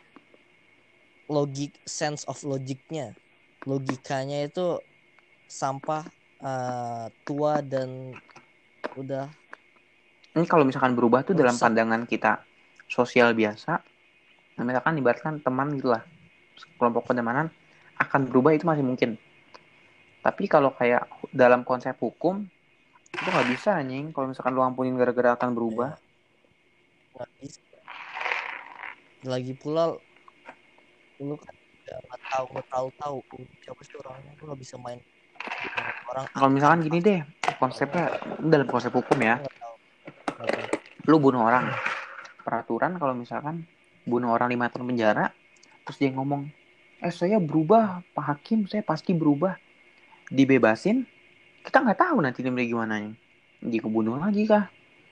sense of logiknya, logikanya itu sampah, tua dan udah Ini kalau misalkan berubah tuh dalam rusak. pandangan kita sosial biasa, nah, misalkan ibaratkan teman gitulah, kelompok pertemanan akan berubah itu masih mungkin. Tapi kalau kayak dalam konsep hukum itu nggak bisa anjing, kalau misalkan lu ampunin gara-gara akan berubah. Ya, nggak bisa. Lagi pula lu kan nggak tahu siapa sih orangnya, lu nggak bisa main dengan orang Kalau akan misalkan gini pasti deh, orangnya konsepnya dalam konsep hukum ya, lu nggak tahu apa. lu bunuh orang, peraturan kalau misalkan bunuh orang 5 tahun penjara, terus dia ngomong, saya berubah Pak Hakim, saya pasti berubah, dibebasin, kita nggak tahu nanti dia gimana nih, dia kebunuh lagi kah.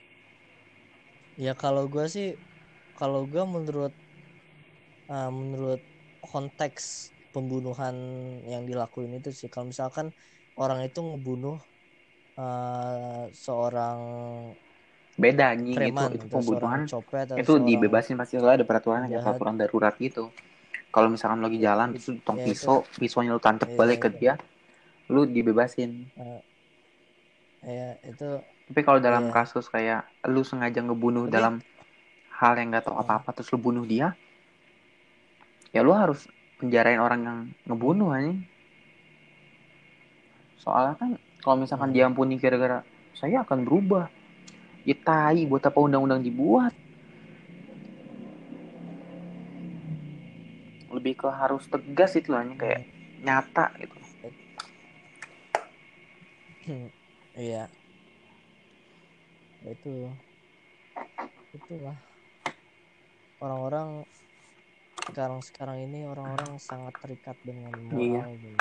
Ya kalau gue menurut konteks pembunuhan yang dilakuin itu sih, kalau misalkan orang itu ngebunuh seorang Beda anjing, itu preman itu atau seorang pembunuhan, copet atau itu seorang dibebasin pasti ada peraturannya kayak penjahat. peraturan darurat gitu. Kalau misalkan lagi jalan terus lu tong Ya itu, pisau, pisaunya lu tancap ya balik ke itu, dia, lu dibebasin. eh, ya itu, Tapi kalau dalam ya. kasus kayak lu sengaja ngebunuh Tapi dalam hal yang gak tahu eh, apa-apa terus lu bunuh dia, ya lu harus penjarain orang yang ngebunuh anjing. Soalnya kan kalau misalkan hmm, diampuni gara-gara saya akan berubah, ya tai, buat apa undang-undang dibuat. Lebih ke harus tegas itu anjing, kayak hmm, nyata gitu. iya, itu itulah orang-orang sekarang ini, orang-orang sangat terikat dengan Iya. moral dan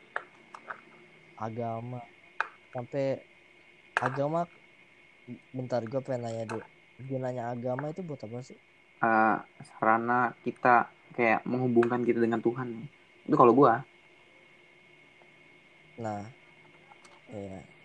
agama. Sampai agama, bentar gue pengen nanya dulu, gunanya agama itu buat apa sih? uh, Sarana kita kayak menghubungkan kita dengan Tuhan. Itu kalau gua. Nah, ya,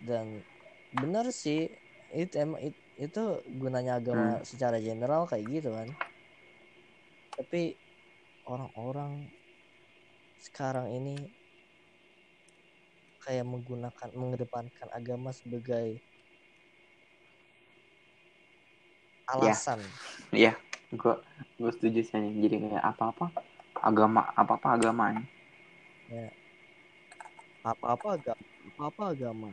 Dan benar sih, itu emang itu gunanya agama secara general kayak gitu kan. Tapi orang-orang sekarang ini kayak mengedepankan agama sebagai Ya, alasan. iya, gue setuju sih. Jadi kayak apa-apa agama nih. Ya, apa-apa agama.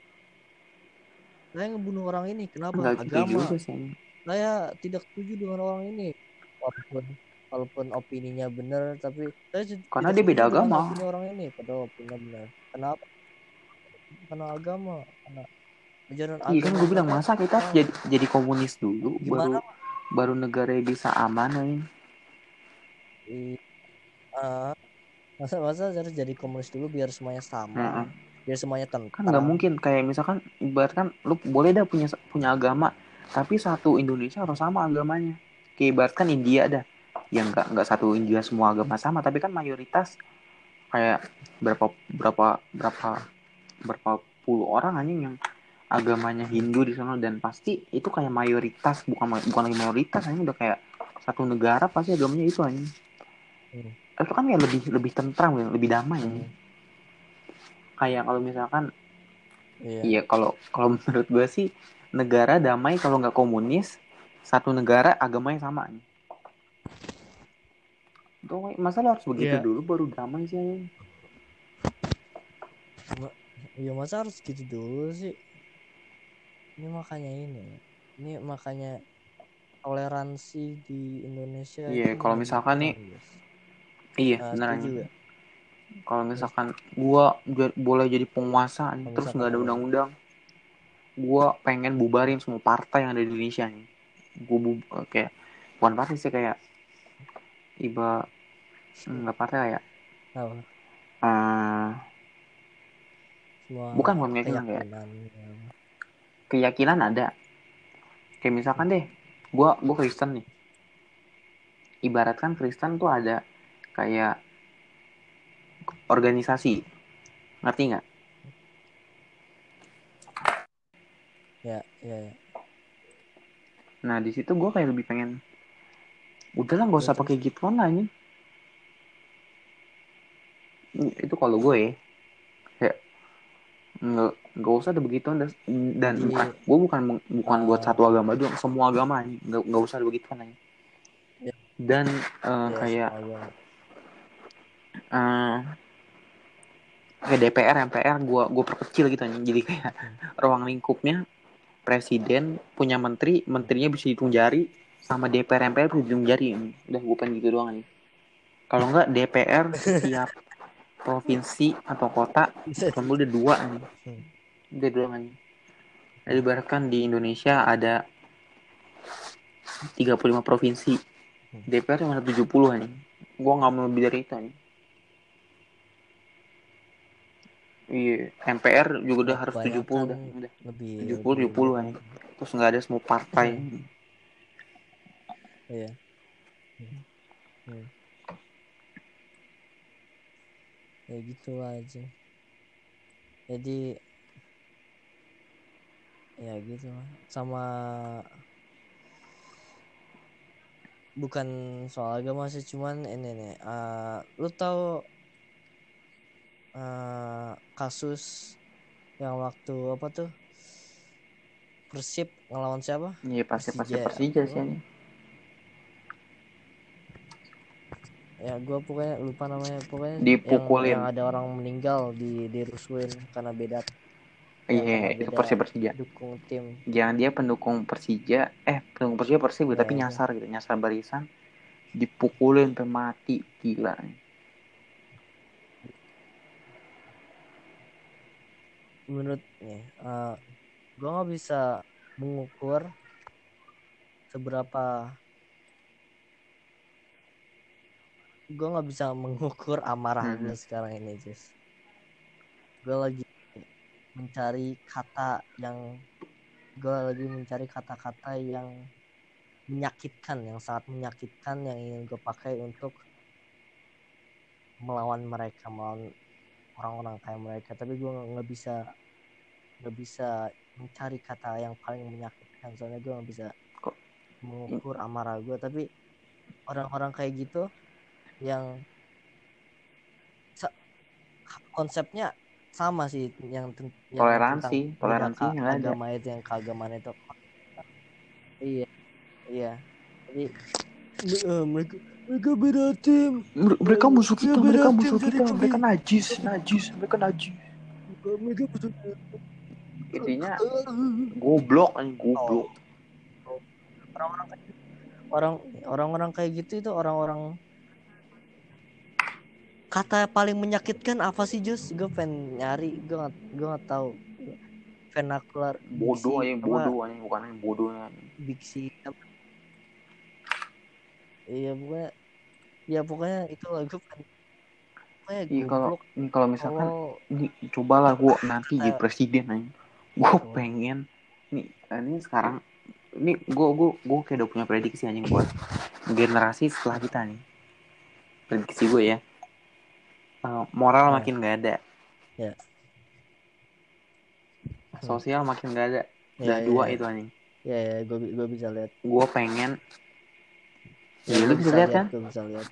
Saya ngebunuh orang ini, kenapa? Nggak gitu Agama. juga sih. Saya tidak setuju dengan orang ini. Walaupun walaupun opininya benar, tapi saya Karena tidak dia setuju beda dengan agama. opini orang ini. Padahal opininya benar. Kenapa? Karena agama. Karena ajaran Iya kan agama gue bilang mereka masa kita harus salah. jadi komunis dulu baru Gimana? baru negara bisa aman nih. I- ah, masa harus jadi komunis dulu biar semuanya sama, Heeh. biar semuanya Kan nggak tentram. mungkin kayak misalkan ibaratkan lu boleh dah punya punya agama tapi satu Indonesia harus sama agamanya. Kayak ibaratkan India dah yang nggak satu India semua agama sama tapi kan mayoritas kayak berapa berapa berapa berapa puluh orang anjing yang agamanya Hmm. Hindu di sana dan pasti itu kayak mayoritas bukan lagi mayoritas anjing udah kayak satu negara pasti agamanya itu anjing. Hmm. Itu kan ya lebih lebih tentram ya, lebih damai anjing. Hmm. Kayak kalau misalkan Iya. iya kalau kalau menurut gue sih negara damai kalau nggak komunis satu negara agamanya sama anjing. Tuh, masa lo harus begitu Iya. dulu baru damai sih anjing? Ya masa harus gitu dulu sih. Ini makanya toleransi di Indonesia Iya itu kalau mulai misalkan nih berkurang, guys. iya Nah, bener setuju anjing. gak? Kalau Ya, misalkan gua boleh jadi penguasa nih, kalau terus misalkan nggak ada apa tuh? undang-undang, gua pengen bubarin semua partai yang ada di Indonesia nih. Kayak bukan partai sih kayak iba nggak partai kayak Apa? eh Semua bukan keyakinan kayak keyakinan apa? keyakinan ada. Kayak Hmm. misalkan deh, gua Kristen nih. Ibaratkan Kristen tuh ada kayak organisasi, ngerti nggak? Ya, ya, ya. Nah di situ gua kayak lebih pengen, udahlah nggak Ya usah terus. pakai gituan lah ini. Itu kalau gue ya, kayak nggak usah ada begituan dan bukan Jadi gue bukan bukan buat eh satu agama doang semua agama nih nggak usah ada begituan aja ya, dan ya kayak semua agama. eh, kayak DPR MPR gue perkecil gitu aja jadi kayak Hmm. ruang lingkupnya presiden punya menteri menterinya bisa hitung jari sama DPR MPR bisa hitung jari ini udah gue pengen gitu doang aja kalau nggak DPR setiap provinsi atau kota Bisa cuma sih. udah dua nih Hmm. udah doang aja jadi Hmm. ibaratkan di Indonesia ada 35 provinsi Hmm. DPR cuma 70 nih gue nggak mau lebih dari itu nih iya MPR juga Ya udah harus 70 kebanyakan udah lebih 70 lebih 70 lebih. nih terus nggak ada semua partai Iya. Hmm. Hmm. Ya gitu aja. Jadi ya gitu lah. Sama bukan soal agama sih, cuman ini nih. Lu tahu kasus yang waktu apa tuh, Persib ngelawan siapa? iya pasti pasti Persija ya? Persija sih Apa? ini Ya gue pokoknya lupa namanya, pokoknya yang dipukulin ada orang meninggal dirusuin karena beda, ya iya karena itu beda Persija dukung tim. jangan dia pendukung Persija pendukung Persija Persib Ya tapi itu nyasar gitu nyasar barisan dipukulin sampai mati gila menurut nih, gue nggak bisa mengukur seberapa, gue nggak bisa mengukur amarah gue hmm. sekarang ini, Jess. Gue lagi mencari kata yang gue lagi mencari kata-kata yang menyakitkan, yang sangat menyakitkan, yang ingin gue pakai untuk melawan mereka, melawan orang-orang kayak mereka. Tapi gue nggak bisa nggak bisa mencari kata yang paling menyakitkan, soalnya gue nggak bisa Kok mengukur amarah gue. Tapi orang-orang kayak gitu yang konsepnya sama sih, yang tentang beda toleransi nggak ada. agama itu, yang keagamaan itu. Iya, iya. Jadi mereka mereka beda tim. Mereka musuh kita, Beda mereka tim musuh tadi kita, tapi mereka najis, mereka najis. mereka musuh. Intinya goblok, Oh, goblok. orang-orang orang orang-orang kayak gitu itu orang-orang, kata paling menyakitkan apa sih Jus? Gue pengen nyari, gue nggak tahu vernacular Bodoh diksi aja, apa, bodoh aja, bukan aja bodohnya. diksi apa, iya pokoknya, ya pokoknya itu lah, gue pengen, pokoknya Iya kalau goblok. ini kalau misalkan Kalau ini cobalah gue nanti kata jadi presiden aja. Gue oh, pengen ini sekarang ini gue kayak udah punya prediksi anjing buat generasi setelah kita nih. Prediksi gue ya, moral ah, makin gak ada, ya, hmm, sosial makin gak ada. ya, Udah ya, dua ya, itu anjing. ya, ya, gue bisa lihat, Gue pengen, ya ya gue lu bisa bisa lihat lihat, kan? gue bisa lihat,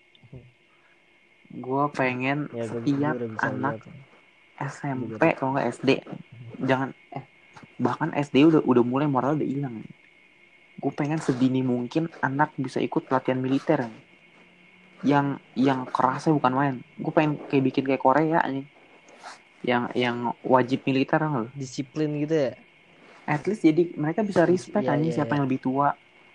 Gue pengen ya gue setiap udah bisa anak lihat juga SMP kalau nggak SD, jangan bahkan SD udah mulai moral udah hilang. Gue pengen sedini mungkin anak bisa ikut pelatihan militer yang kerasnya bukan main. Gue pengen kayak bikin kayak Korea nih, yang wajib militer loh. disiplin gitu ya. At least jadi mereka bisa respect Ya, anjing ya, siapa ya, yang lebih tua.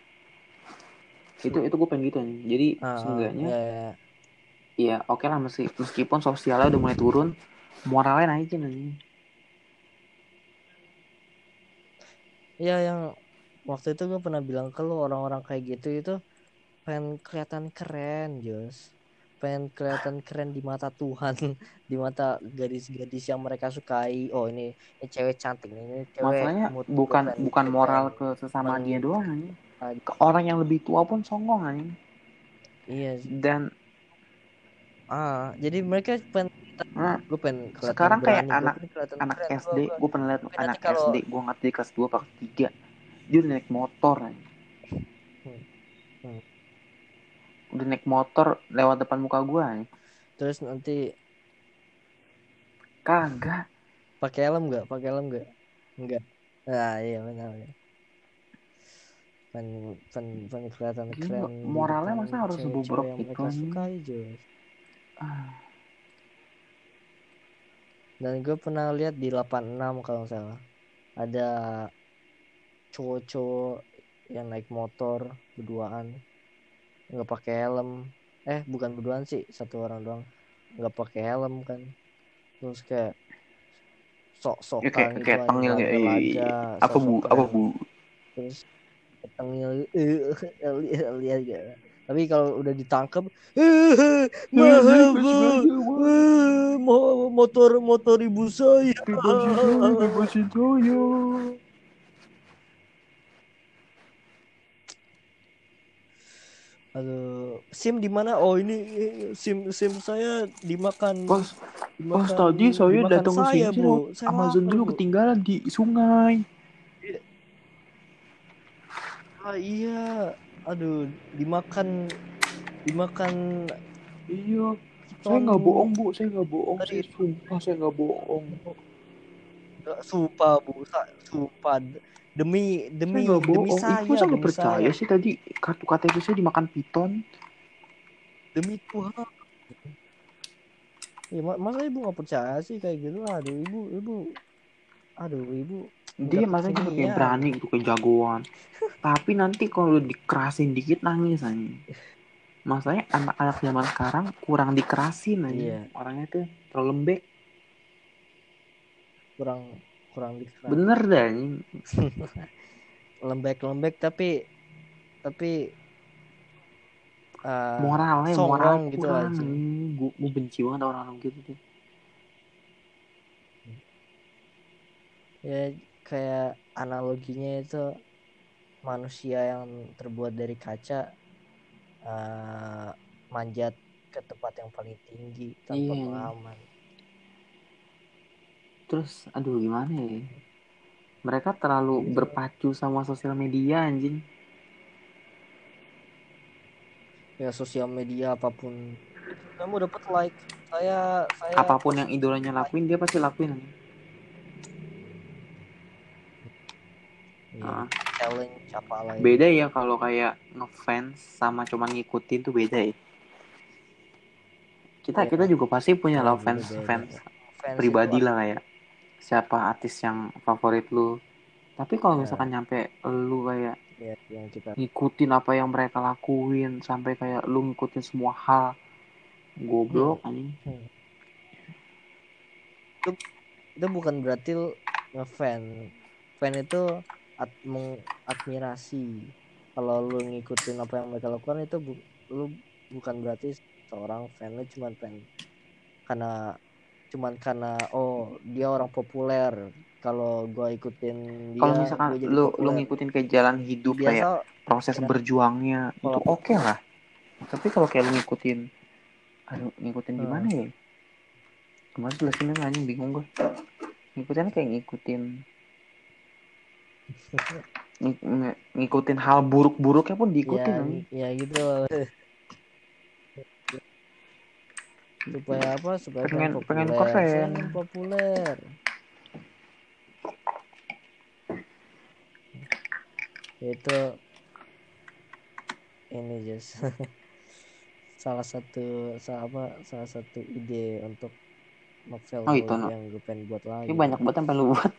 Itu gue pengen gitu anjing. Jadi seenggaknya ya, ya, ya oke lah, meskipun sosialnya udah mulai turun, moralnya naikin anjing. ya, yang waktu itu gue pernah bilang ke lu, orang-orang kayak gitu itu pengen kelihatan keren, Jos. Pengen kelihatan keren di mata Tuhan, di mata gadis-gadis yang mereka sukai. Oh, ini cewek cantik nih, ini cewek Masalahnya imut nih, bukan bukan gue moral pengen ke sesama dia meng doang anjing. Ke orang yang lebih tua pun songong anjing. iya, Dan jadi mereka pengen, nah, gue pengen kelihatan sekarang kayak berani, gue anak pengen kelihatan anak keren, SD, gue pernah lihat tapi nanti anak kalau SD, gue ngerti kelas 2 kelas 3, dia udah naik motor anjing. hmm, hmm. Udah naik motor lewat depan muka gue anjing. Terus nanti Kagak. pakai helm nggak? Pakai helm nggak? Enggak. Nah, iya benar. Pen kelihatan Gila, keren di moralnya depan masa harus cewek-cewek sebobrok yang itu mereka anjing. sukai, Jos. Ah, Dan gue pernah lihat di 86 kalau nggak salah, ada cowok-cowok yang naik motor berduaan, nggak pakai helm. Bukan berduaan sih, satu orang doang nggak pakai helm kan. Terus kayak ya sok-sokan kayak gitu kayak aja, tengil kayak laga-laga, apa sok-sok bu, apa keren. bu. Terus tengil lihat gitu. Tapi kalau udah ditangkap, Saya mahal bu, sengaja bang, motor motor ibu saya. bebasin saya, bebasin saya. Aduh, SIM di mana? Oh, ini SIM SIM saya dimakan, Pas pas dimakan tadi saya dimakan datang ke saya, sini, Bu. saya Saya Amazon lapar, dulu Bu. ketinggalan di sungai. Iya. Aduh, dimakan dimakan Iya, saya piton nggak bohong bu, saya nggak bohong, tadi. saya sumpah saya nggak bohong. Gak, sumpah Bu, sumpah, demi Saya demi nggak demi bohong. Ibu saya, saya nggak demi percaya saya, sih tadi kartu KTP saya dimakan piton. demi Tuhan. Ya, masa ibu nggak percaya sih kayak gitu? Aduh, ibu Dia nggak masa juga kayak kekinian. berani gitu, kayak jagoan. Tapi nanti kalau dikerasin dikit nangis aja. Masalahnya anak-anak zaman sekarang kurang dikerasin aja. Iya, Orangnya tuh terlalu lembek. kurang kurang dikeras. Bener dah ini. Lembek-lembek tapi Moralnya songong gitu kurang aja. nih. Gue benci banget orang-orang gitu tuh. Ya, kayak analoginya itu manusia yang terbuat dari kaca, uh, manjat ke tempat yang paling tinggi tanpa Iya. pengaman. Terus aduh gimana ya, mereka terlalu Gitu. berpacu sama sosial media anjing. Ya sosial media apapun kamu dapat like, saya Apapun post yang idolanya like. lakuin dia pasti lakuin anjing. Iya, challenge apa lagi Beda gitu. ya kalau kayak ngefans sama cuma ngikutin tuh beda ya. Kita Ya, kita juga pasti punya ya lah gitu fans beda. fans Fans itu pribadi lah, kayak siapa artis yang favorit lu. Tapi kalau ya, misalkan nyampe lu kayak ya yang kita ngikutin apa yang mereka lakuin sampai kayak lu ngikutin semua hal, hmm, goblok anjing. hmm. itu itu bukan berarti lu ngefan. Fan itu mengadmirasi. Kalau lu ngikutin apa yang mereka lakukan itu lu bukan berarti seorang fan. Lu karena karena oh dia orang populer, kalau gua ikutin Kalau dia misalkan gue jadi lu populer. ngikutin kayak jalan hidup Biasa kayak proses ya berjuangnya itu kalau oke lah. Tapi kalau kayak lu ngikutin, aduh ngikutin gimana hmm, ya, kemarin jelasinnya anjing bingung gue. Ngikutinnya kayak ngikutin hal buruk-buruknya pun ya diikutin anjing. ya gitu supaya apa, supaya pengen Pengen populer, saya keren. ingin populer. Itu ini just salah satu ide untuk novel Oh gue itu no, yang gue pengen buat ini lagi banyak tuh. banget sampai lu buat.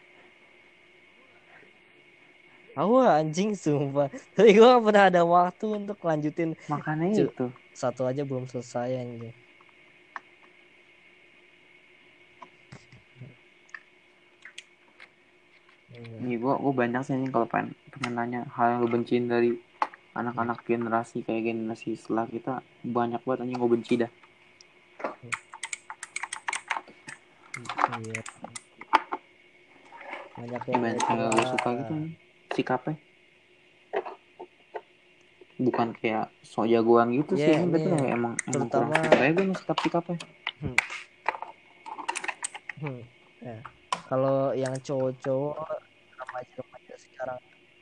Anjing sumpah, tapi gue gak pernah ada waktu untuk lanjutin. Makanya itu. Satu aja belum selesai anjing. Iya. Nih gua banyak sih nih kalau pengen pengen nanya hal yang lu benciin dari Hmm. anak-anak generasi kayak generasi setelah kita, banyak banget anjing gue benci dah. Iya, banyak Ini yang banyak yang gak gue itulah. suka gitu nih sikapnya, bukan kayak sok jagoan gitu Ya sih ini, ini betul ya emang emang kurang terutama suka ya gue nih sikapnya. hmm, hmm, ya. Kalau yang cowok-cowok remaja-remaja sekarang,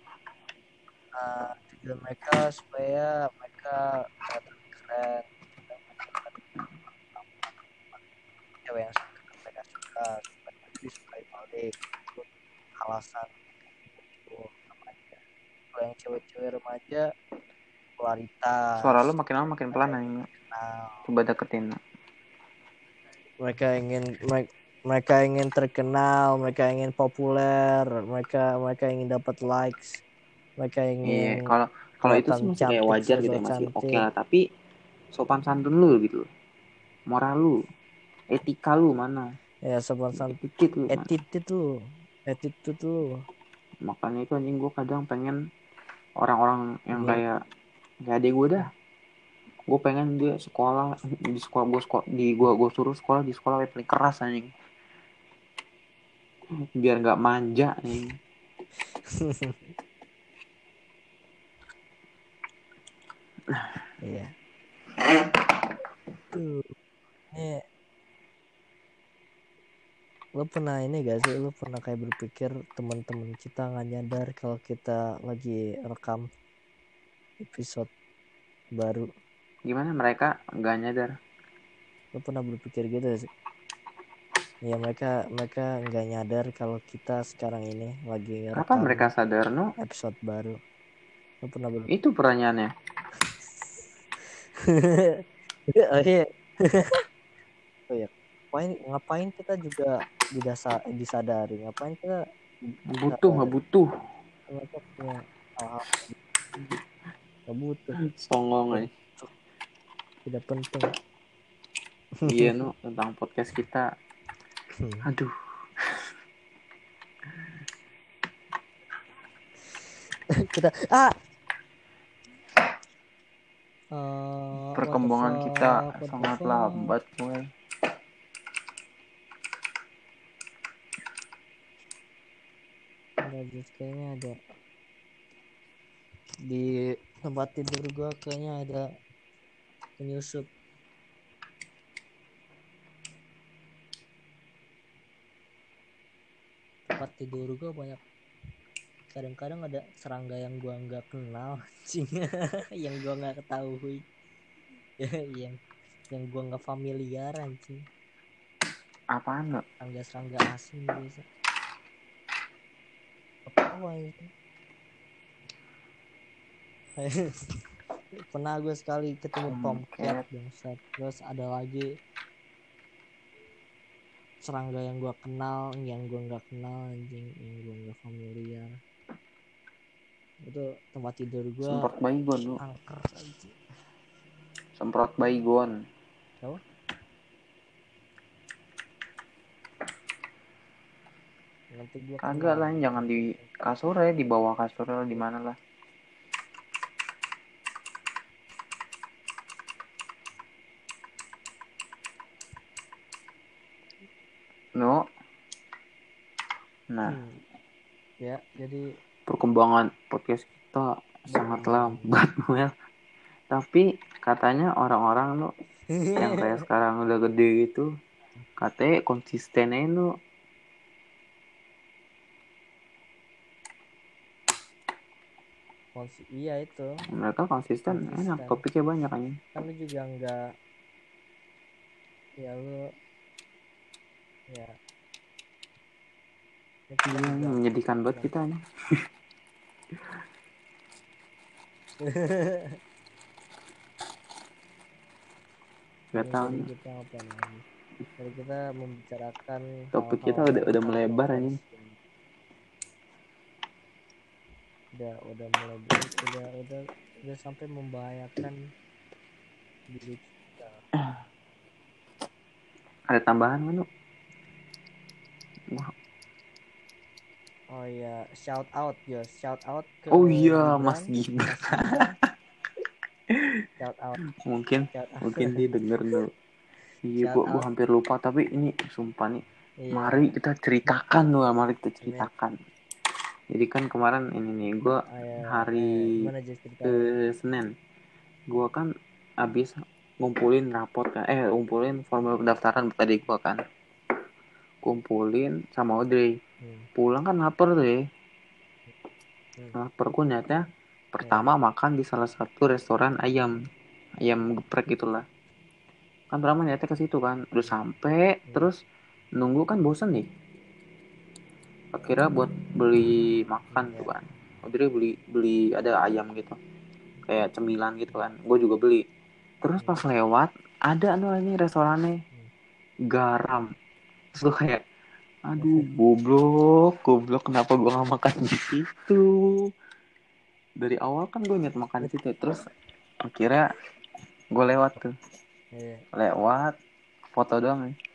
tujuan mereka supaya mereka kelihatan keren, cewek yang mereka suka supaya mereka disukai balik. Itu alasan itu remaja. Kalau yang cewek-cewek remaja, Suara popularitas, lu makin lama makin mereka pelan ingin anjing, terkenal, coba deketin. mereka ingin mereka ingin terkenal, mereka ingin populer, mereka mereka ingin dapat likes, mereka Iya, ingin kalau kalau itu kelihatan sih masih kayak cantik, wajar gitu so ya, masih oke cantik. lah, tapi sopan santun lu gitu, moral lu, etika lu mana, Ya sopan santun, attitude lu mana. attitude tuh, attitude tuh. Makanya itu anjing gue kadang pengen orang-orang yang Gim kayak adik gue dah, gue pengen dia sekolah di sekolah gue, gue suruh sekolah di sekolah yang paling keras anjing, biar nggak manja anjing. Iya. Tuh. Ini lo pernah ini gak sih? Lo pernah kayak berpikir teman-teman kita nggak nyadar kalau kita lagi rekam episode baru? Gimana mereka nggak nyadar? Lo pernah berpikir gitu gak sih? Ya mereka mereka nggak nyadar kalau kita sekarang ini lagi Kapan rekam mereka sadar no? episode baru. Lo pernah Itu pertanyaannya. oh iya. Oh iya. Ngapain kita juga disadari? Ngapain kita Butuh nggak disadari? butuh? Mereka punya hal-hal nggak butuh, Songong aja. untuk tidak penting. Iya no, tentang podcast kita. Aduh, Kita what the perkembangan kita fuck, what the sangat fuck. lambat boy. Nggak, Jess, kayaknya ada di tempat tidur gua, kayaknya ada penyusup. tempat tidur gue banyak, kadang-kadang ada serangga yang gue nggak kenal anjing. Yang gue nggak ketahui. yang gue nggak familiar anjing. Apaan lo? Serangga-serangga asing biasa. Apa itu? Pernah gue sekali ketemu tomcat Tomcat. bangsat. Terus ada lagi serangga yang gue kenal, yang gue nggak kenal anjing, yang gue nggak familiar. Itu tempat tidur gue Semprot baygon lu. angker anjing. Semprot baygon. Tahu? Nanti gue Kagak kena lah, lagi jangan kalau di gue kasur ya, di bawah kasur lah, di mana lah. No. Nah, ya jadi perkembangan podcast kita sangat lambat, Mel. Tapi katanya orang-orang lu yang kayak sekarang udah gede gitu, katanya konsistennya lu. iya itu Mereka konsisten, enak, konsisten. topiknya banyak aja. Kan lu juga nggak, ya lu, ya ini kita Iya, juga menyedihkan banget kurang. kita nih. Gak Ini tahu jadi nih. kita apa lagi? Jadi kita membicarakan Topik kita hal-hal udah melebar kontroversi. aja. Udah mulai udah sampai membahayakan diri kita. Ada tambahan kan lu? Oh ya, shout out shout out ke Oh iya, Mas Gibran, Gibran. Mas Gibran, shout out, mungkin shout out, mungkin dia denger dulu. Iya, shout gua out, hampir lupa, tapi ini sumpah nih. Mari iya, kita ceritakan loh, mari kita ini, ceritakan. Jadi kan kemarin ini nih, gua hari gimana aja ke ceritanya? Senin, gua kan abis ngumpulin raport kan, ngumpulin formulir pendaftaran tadi gua kan, kumpulin sama Audrey. Hmm. Pulang kan lapar tuh ya, Hmm. lapar gua nyatanya. Ya. Pertama makan di salah satu restoran ayam, ayam geprek gitulah. Kan pertama nyatanya ke situ kan, udah sampai Hmm. terus nunggu kan bosan nih. Akhirnya buat beli makan tuh Ya. kan. Audrey beli beli ada ayam gitu, kayak cemilan gitu kan, gue juga beli. Terus Hmm. pas lewat ada ini restorannya Hmm. garam. Terus gue kayak, aduh goblok goblok, kenapa gue gak makan di situ dari awal, kan gue niat makan di situ. Terus akhirnya gue lewat tuh, Ya. lewat foto doang nih.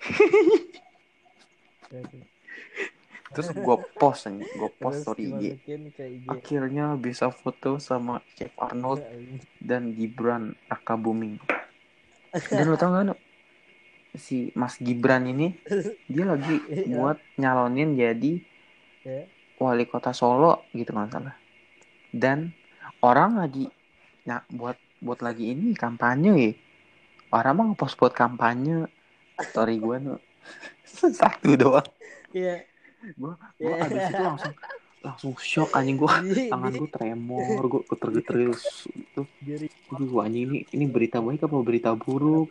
Terus, Terus gue post terus story IG. dimasukin ke IG. Akhirnya bisa foto sama Chef Arnold dan Gibran Raka Buming. Dan lo tau gak lo, si Mas Gibran ini dia lagi Iya. buat nyalonin jadi Ya. wali kota Solo gitu nggak salah. Dan orang lagi buat buat lagi ini kampanye ya. Orang mah ngepost buat kampanye. Story gue tuh satu doang. Iya. Gue Ya. abis itu langsung langsung shock anjing. Gue tangan gue tremor, gue geter-geter itu. Diri Aduh anjing, ini berita baik apa berita buruk?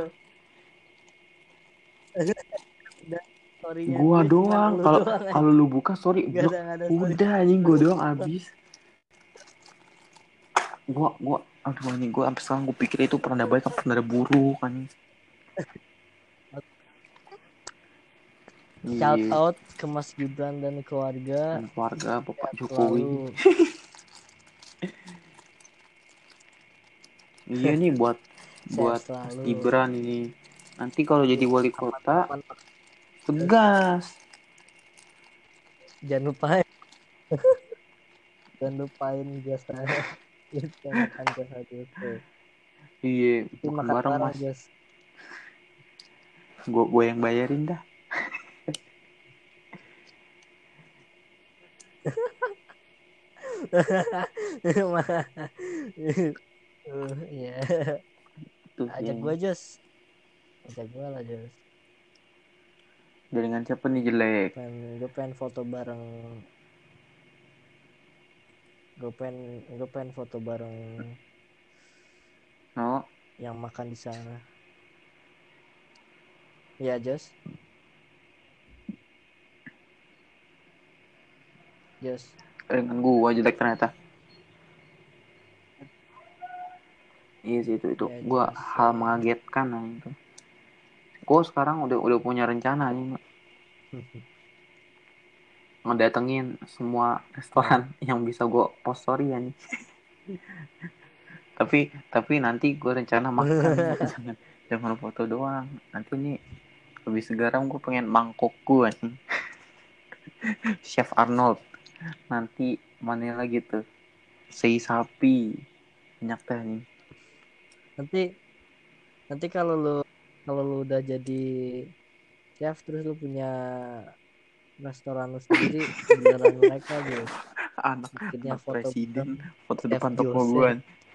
dan story-nya Gua Dwi cuman doang, lu kalau doang kalau anjing. lu buka story Gak blok, ada story. udah anjing gua doang abis. Gua aduh anjing, gua sampai sekarang gua pikir itu pernah baik apa pernah buruk anjing. Shout Iya, out ke Mas Gibran dan keluarga, dan keluarga Bapak sehat Jokowi. selalu. Iya nih buat Sehat buat Mas selalu. Gibran ini. Nanti kalau jadi wali kota Aman-aman. tegas. Jangan lupa, jangan lupain jasa kita makan jasa jasa. Iya, Tapi makan makan bareng bareng Mas. Jos. Gua yang bayarin dah. Iya. Tuh Ajak yang gua Jos. Ajak gua lah Jos. Jaringan siapa nih jelek? Gue pengen foto bareng. Gue pengen foto bareng No, yang makan di sana. Ya, Jos. Jos. jaringan gua jelek ternyata. Iya sih itu Ya, gua Jos. hal Sayang. mengagetkan nah, itu. Gua sekarang udah punya rencana nih ngedatengin semua restoran Nah. yang bisa gua post story ya nih. Tapi nanti gua rencana makan jangan jangan foto doang. Nanti nih lebih sekarang gua pengen mangkok gua nih. Chef Arnold. Nanti mana lagi tuh? Sei sapi. Banyak dah nih. nanti nanti kalau lu udah jadi chef terus lu punya restoran lu sendiri, giliran mereka Jos Anak bikinnya anak foto bareng presiden foto chef depan toko Jose. gua.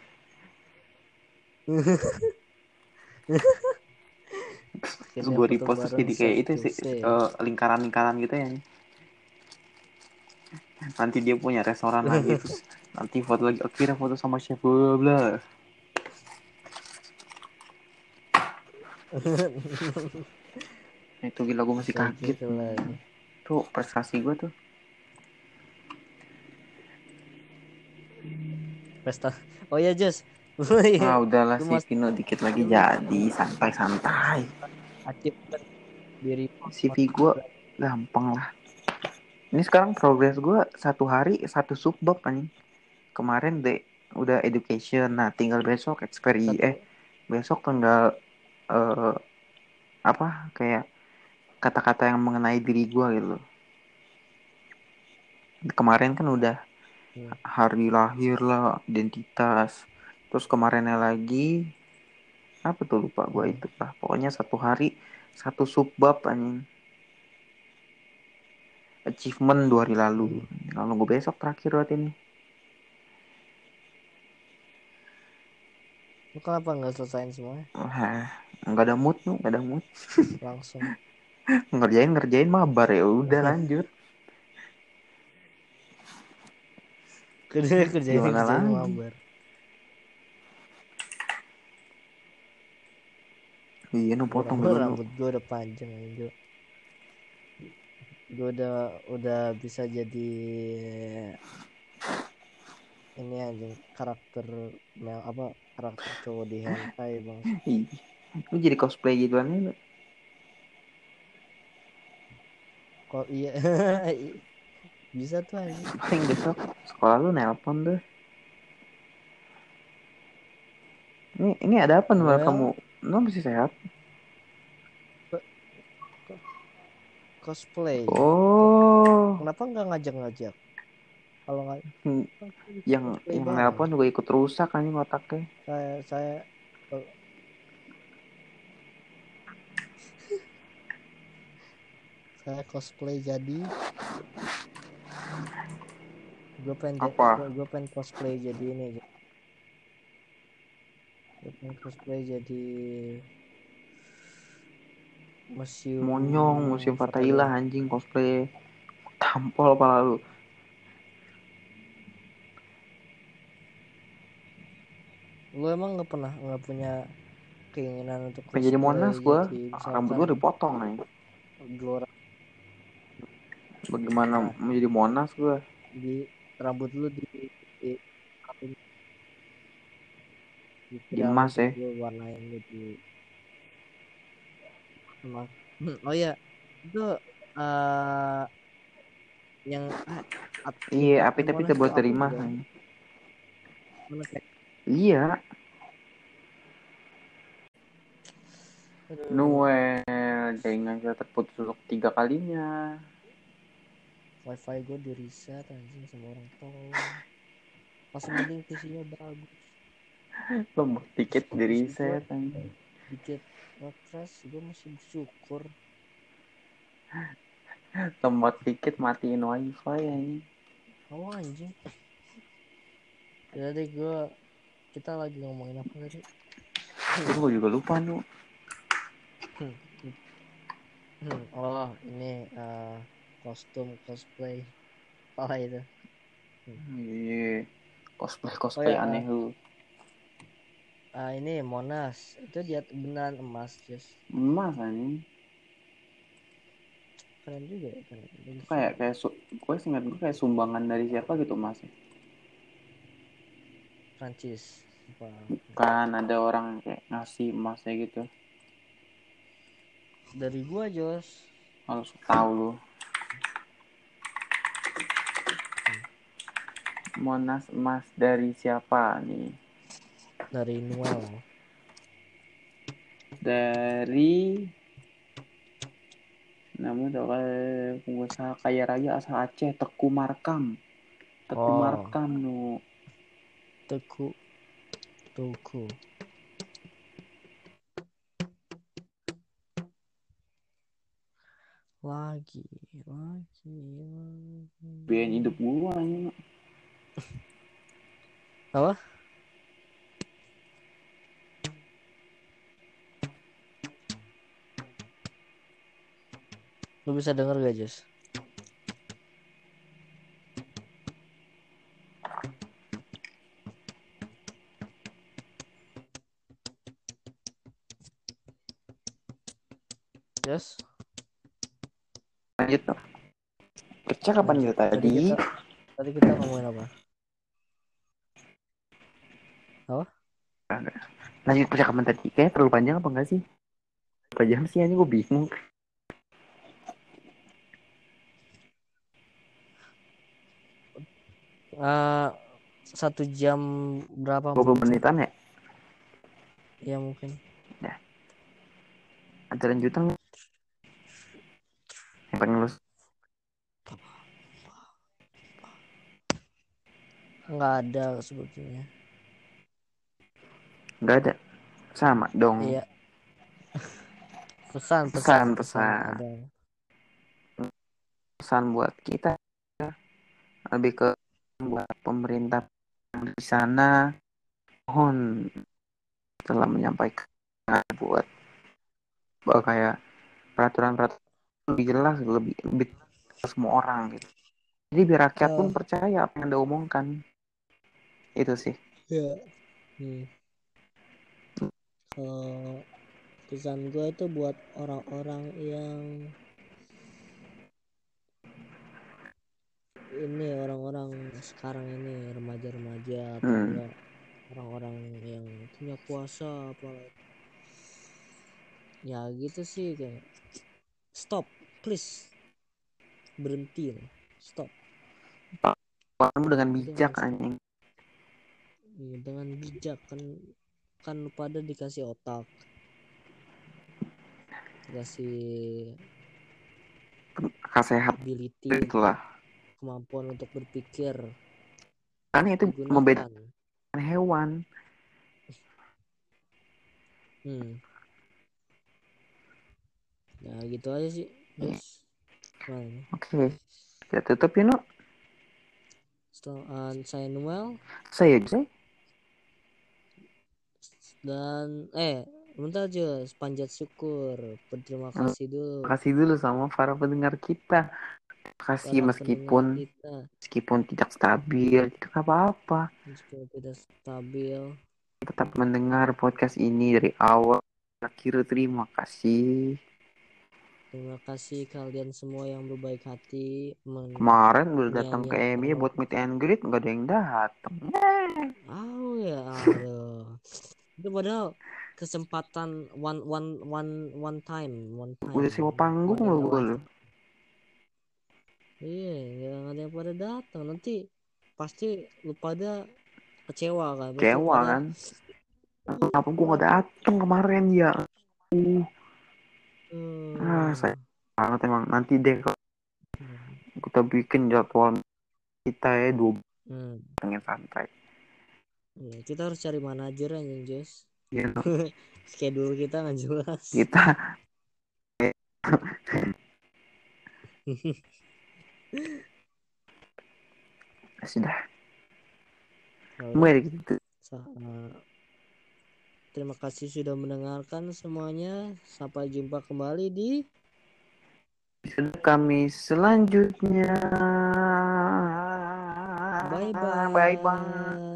Terus Bikinnya gue foto repost terus bareng jadi kayak chef itu sih Jose. lingkaran-lingkaran gitu ya. Nanti dia punya restoran lagi terus nanti foto lagi akhirnya foto sama chef bla bla. Itu gila gue masih Kayak kaget. gitu lagi. Tuh prestasi gue tuh. Pesta. Oh ya Jos. Lu Ah udahlah lu sih masih Pino dikit lagi lu jadi santai-santai. achievement di repost CV gue gampang lah. Ini sekarang progres gue satu hari satu subbab kan. Kemarin deh udah education. Nah tinggal besok satu. besok tinggal eh, apa kayak kata-kata yang mengenai diri gue gitu. Kemarin kan udah Hmm. hari lahir lah, identitas. Terus kemarinnya lagi apa tuh lupa gue Hmm. itu lah. Pokoknya satu hari satu subbab anjing. Achievement 2 hari lalu. Hmm. Kalau gue besok terakhir buat ini. Lu kenapa nggak selesaiin semuanya Wah, nggak ada mood tuh, nggak ada mood. langsung? Ngerjain mabar ya udah lanjut. Kerjain Gimana kerjain lagi? mabar. Iya, nu Gue potong rambut dulu nu. rambut gue udah panjang aja. Gue udah bisa jadi ini anjing karakter mel apa karakter cowok di hentai bang. Ih, lu jadi cosplay gituan lu. Kok iya. Bisa tuh anjing. Paling besok sekolah lu nelpon tuh. Ini ada apa Nurul kamu? Well, Nurul masih sehat? ko- ko- cosplay. Oh, Kenapa nggak ngajak-ngajak? Kalau nggak hmm, kan kita bisa cosplay yang bareng. nelpon juga ikut rusak kan otaknya. Saya saya cosplay jadi Apa? gue pengen cosplay jadi ini. Gue pengen cosplay jadi Monyong, museum musim Fatailah Fathailah. anjing cosplay tampol pala lu. Lu emang nggak punya keinginan untuk Pengen jadi cosplay Monas gua, jadi rambut misalkan gua dipotong nih. Gelora. Bagaimana Nah, menjadi Monas gua? di rambut lu di, Di diramu emas terus ya. gue warnain jadi emas. Oh ya, itu eh yang Iya, tiket api tapi Monas tidak itu boleh apa terima. sih bang? Mana kayak Iya, aduh, Noel jaringan kita terputus untuk 3 kalinya. wifi gue di reset anjing sama orang tolol. Masih mending PC-nya bagus. Lombok tiket di PC gue reset anjing. dikit ngecrash gue masih bersyukur. Lombok tiket matiin wifi anjing. Oh anjing. Jadi kita lagi ngomongin apa tadi? Terus gua juga lupa nu. Oh ini kostum cosplay apa itu? Iya, cosplay Oh cosplay ya aneh lu. ini Monas itu dia beneran emas just Emas anjing. keren juga ya, keren Itu bagus kayak juga. kayak gue ingat gue kayak sumbangan dari siapa gitu mas. Prancis apa Kan ada orang kayak ngasih emasnya gitu. dari gua Jos. Harus tahu lu. Hmm. Monas emas dari siapa nih? Dari Noel. Dari namanya pengusaha kaya raya asal Aceh, Teku Markam. Teku Oh Markam nu. Teku Tuku lagi Biayain hidup gua ini. apa lu bisa denger gak Jos? Jos Lanjut tuh. Kerja kapan lanjut gitu tadi? tadi kita ngomongin apa Lanjut kerja kapan tadi? Kayaknya terlalu panjang apa enggak sih? Berapa jam sih ini gue bingung. uh, 1 jam berapa 20 mungkin menitan ya? ya mungkin Ya. Ada lanjutan yang pengen lu. nggak ada sebetulnya Enggak ada. Sama dong. iya pesan Pesan-pesan. ada Pesan buat kita. Lebih ke buat pemerintah di sana. Mohon telah menyampaikan buat kayak peraturan-peraturan lebih jelas, lebih semua orang gitu. Jadi biar rakyat pun uh, percaya apa yang Anda omongkan. Itu sih. ya kalau pesan gue itu buat orang-orang yang ini orang-orang sekarang ini remaja-remaja atau Hmm. enggak orang-orang yang punya kuasa apalagi ya gitu sih kayak stop please berhenti lah stop Kamu dengan itu bijak harus anjing. dengan bijak kan kan lu pada dikasih otak dikasih Akal sehat ability itulah. kemampuan untuk berpikir Karena itu digunakan membedakan hewan. hmm ya gitu aja sih just gimana nih Oke, kita tutup ya, no? setelah saya Noel Saya aja. dan bentar aja panjat syukur berterima Terima kasih dulu kasih dulu sama para pendengar kita. Terima kasih para pendengar meskipun kita meskipun tidak stabil, tidak apa-apa. supaya tidak stabil. Tetap mendengar podcast ini dari awal akhir. Terima kasih. Terima kasih kalian semua yang berbaik hati Kemarin udah datang ke menyanyiakan EMI buat waktu. meet and greet, nggak ada yang datang. Oh ya, aduh. Itu padahal kesempatan one time. Udah sewa panggung One in loh a gue life. loh. Iya, nggak ada yang pada datang. Nanti pasti lu pada kecewa kan. Pasti lu Kecewa pada kan. Kenapa gue nggak datang kemarin ya? Saya hmm, banget emang. Nanti deh kalau kita bikin jadwal kita ya 2 hmm. pengen santai. Iya, kita harus cari manajer yang Jos. Gitu. Schedule kita nggak jelas. Kita sudah Ya udah. mulai gitu. Terima kasih sudah mendengarkan semuanya. Sampai jumpa kembali di episode kami selanjutnya. Bye Bye bye. bye.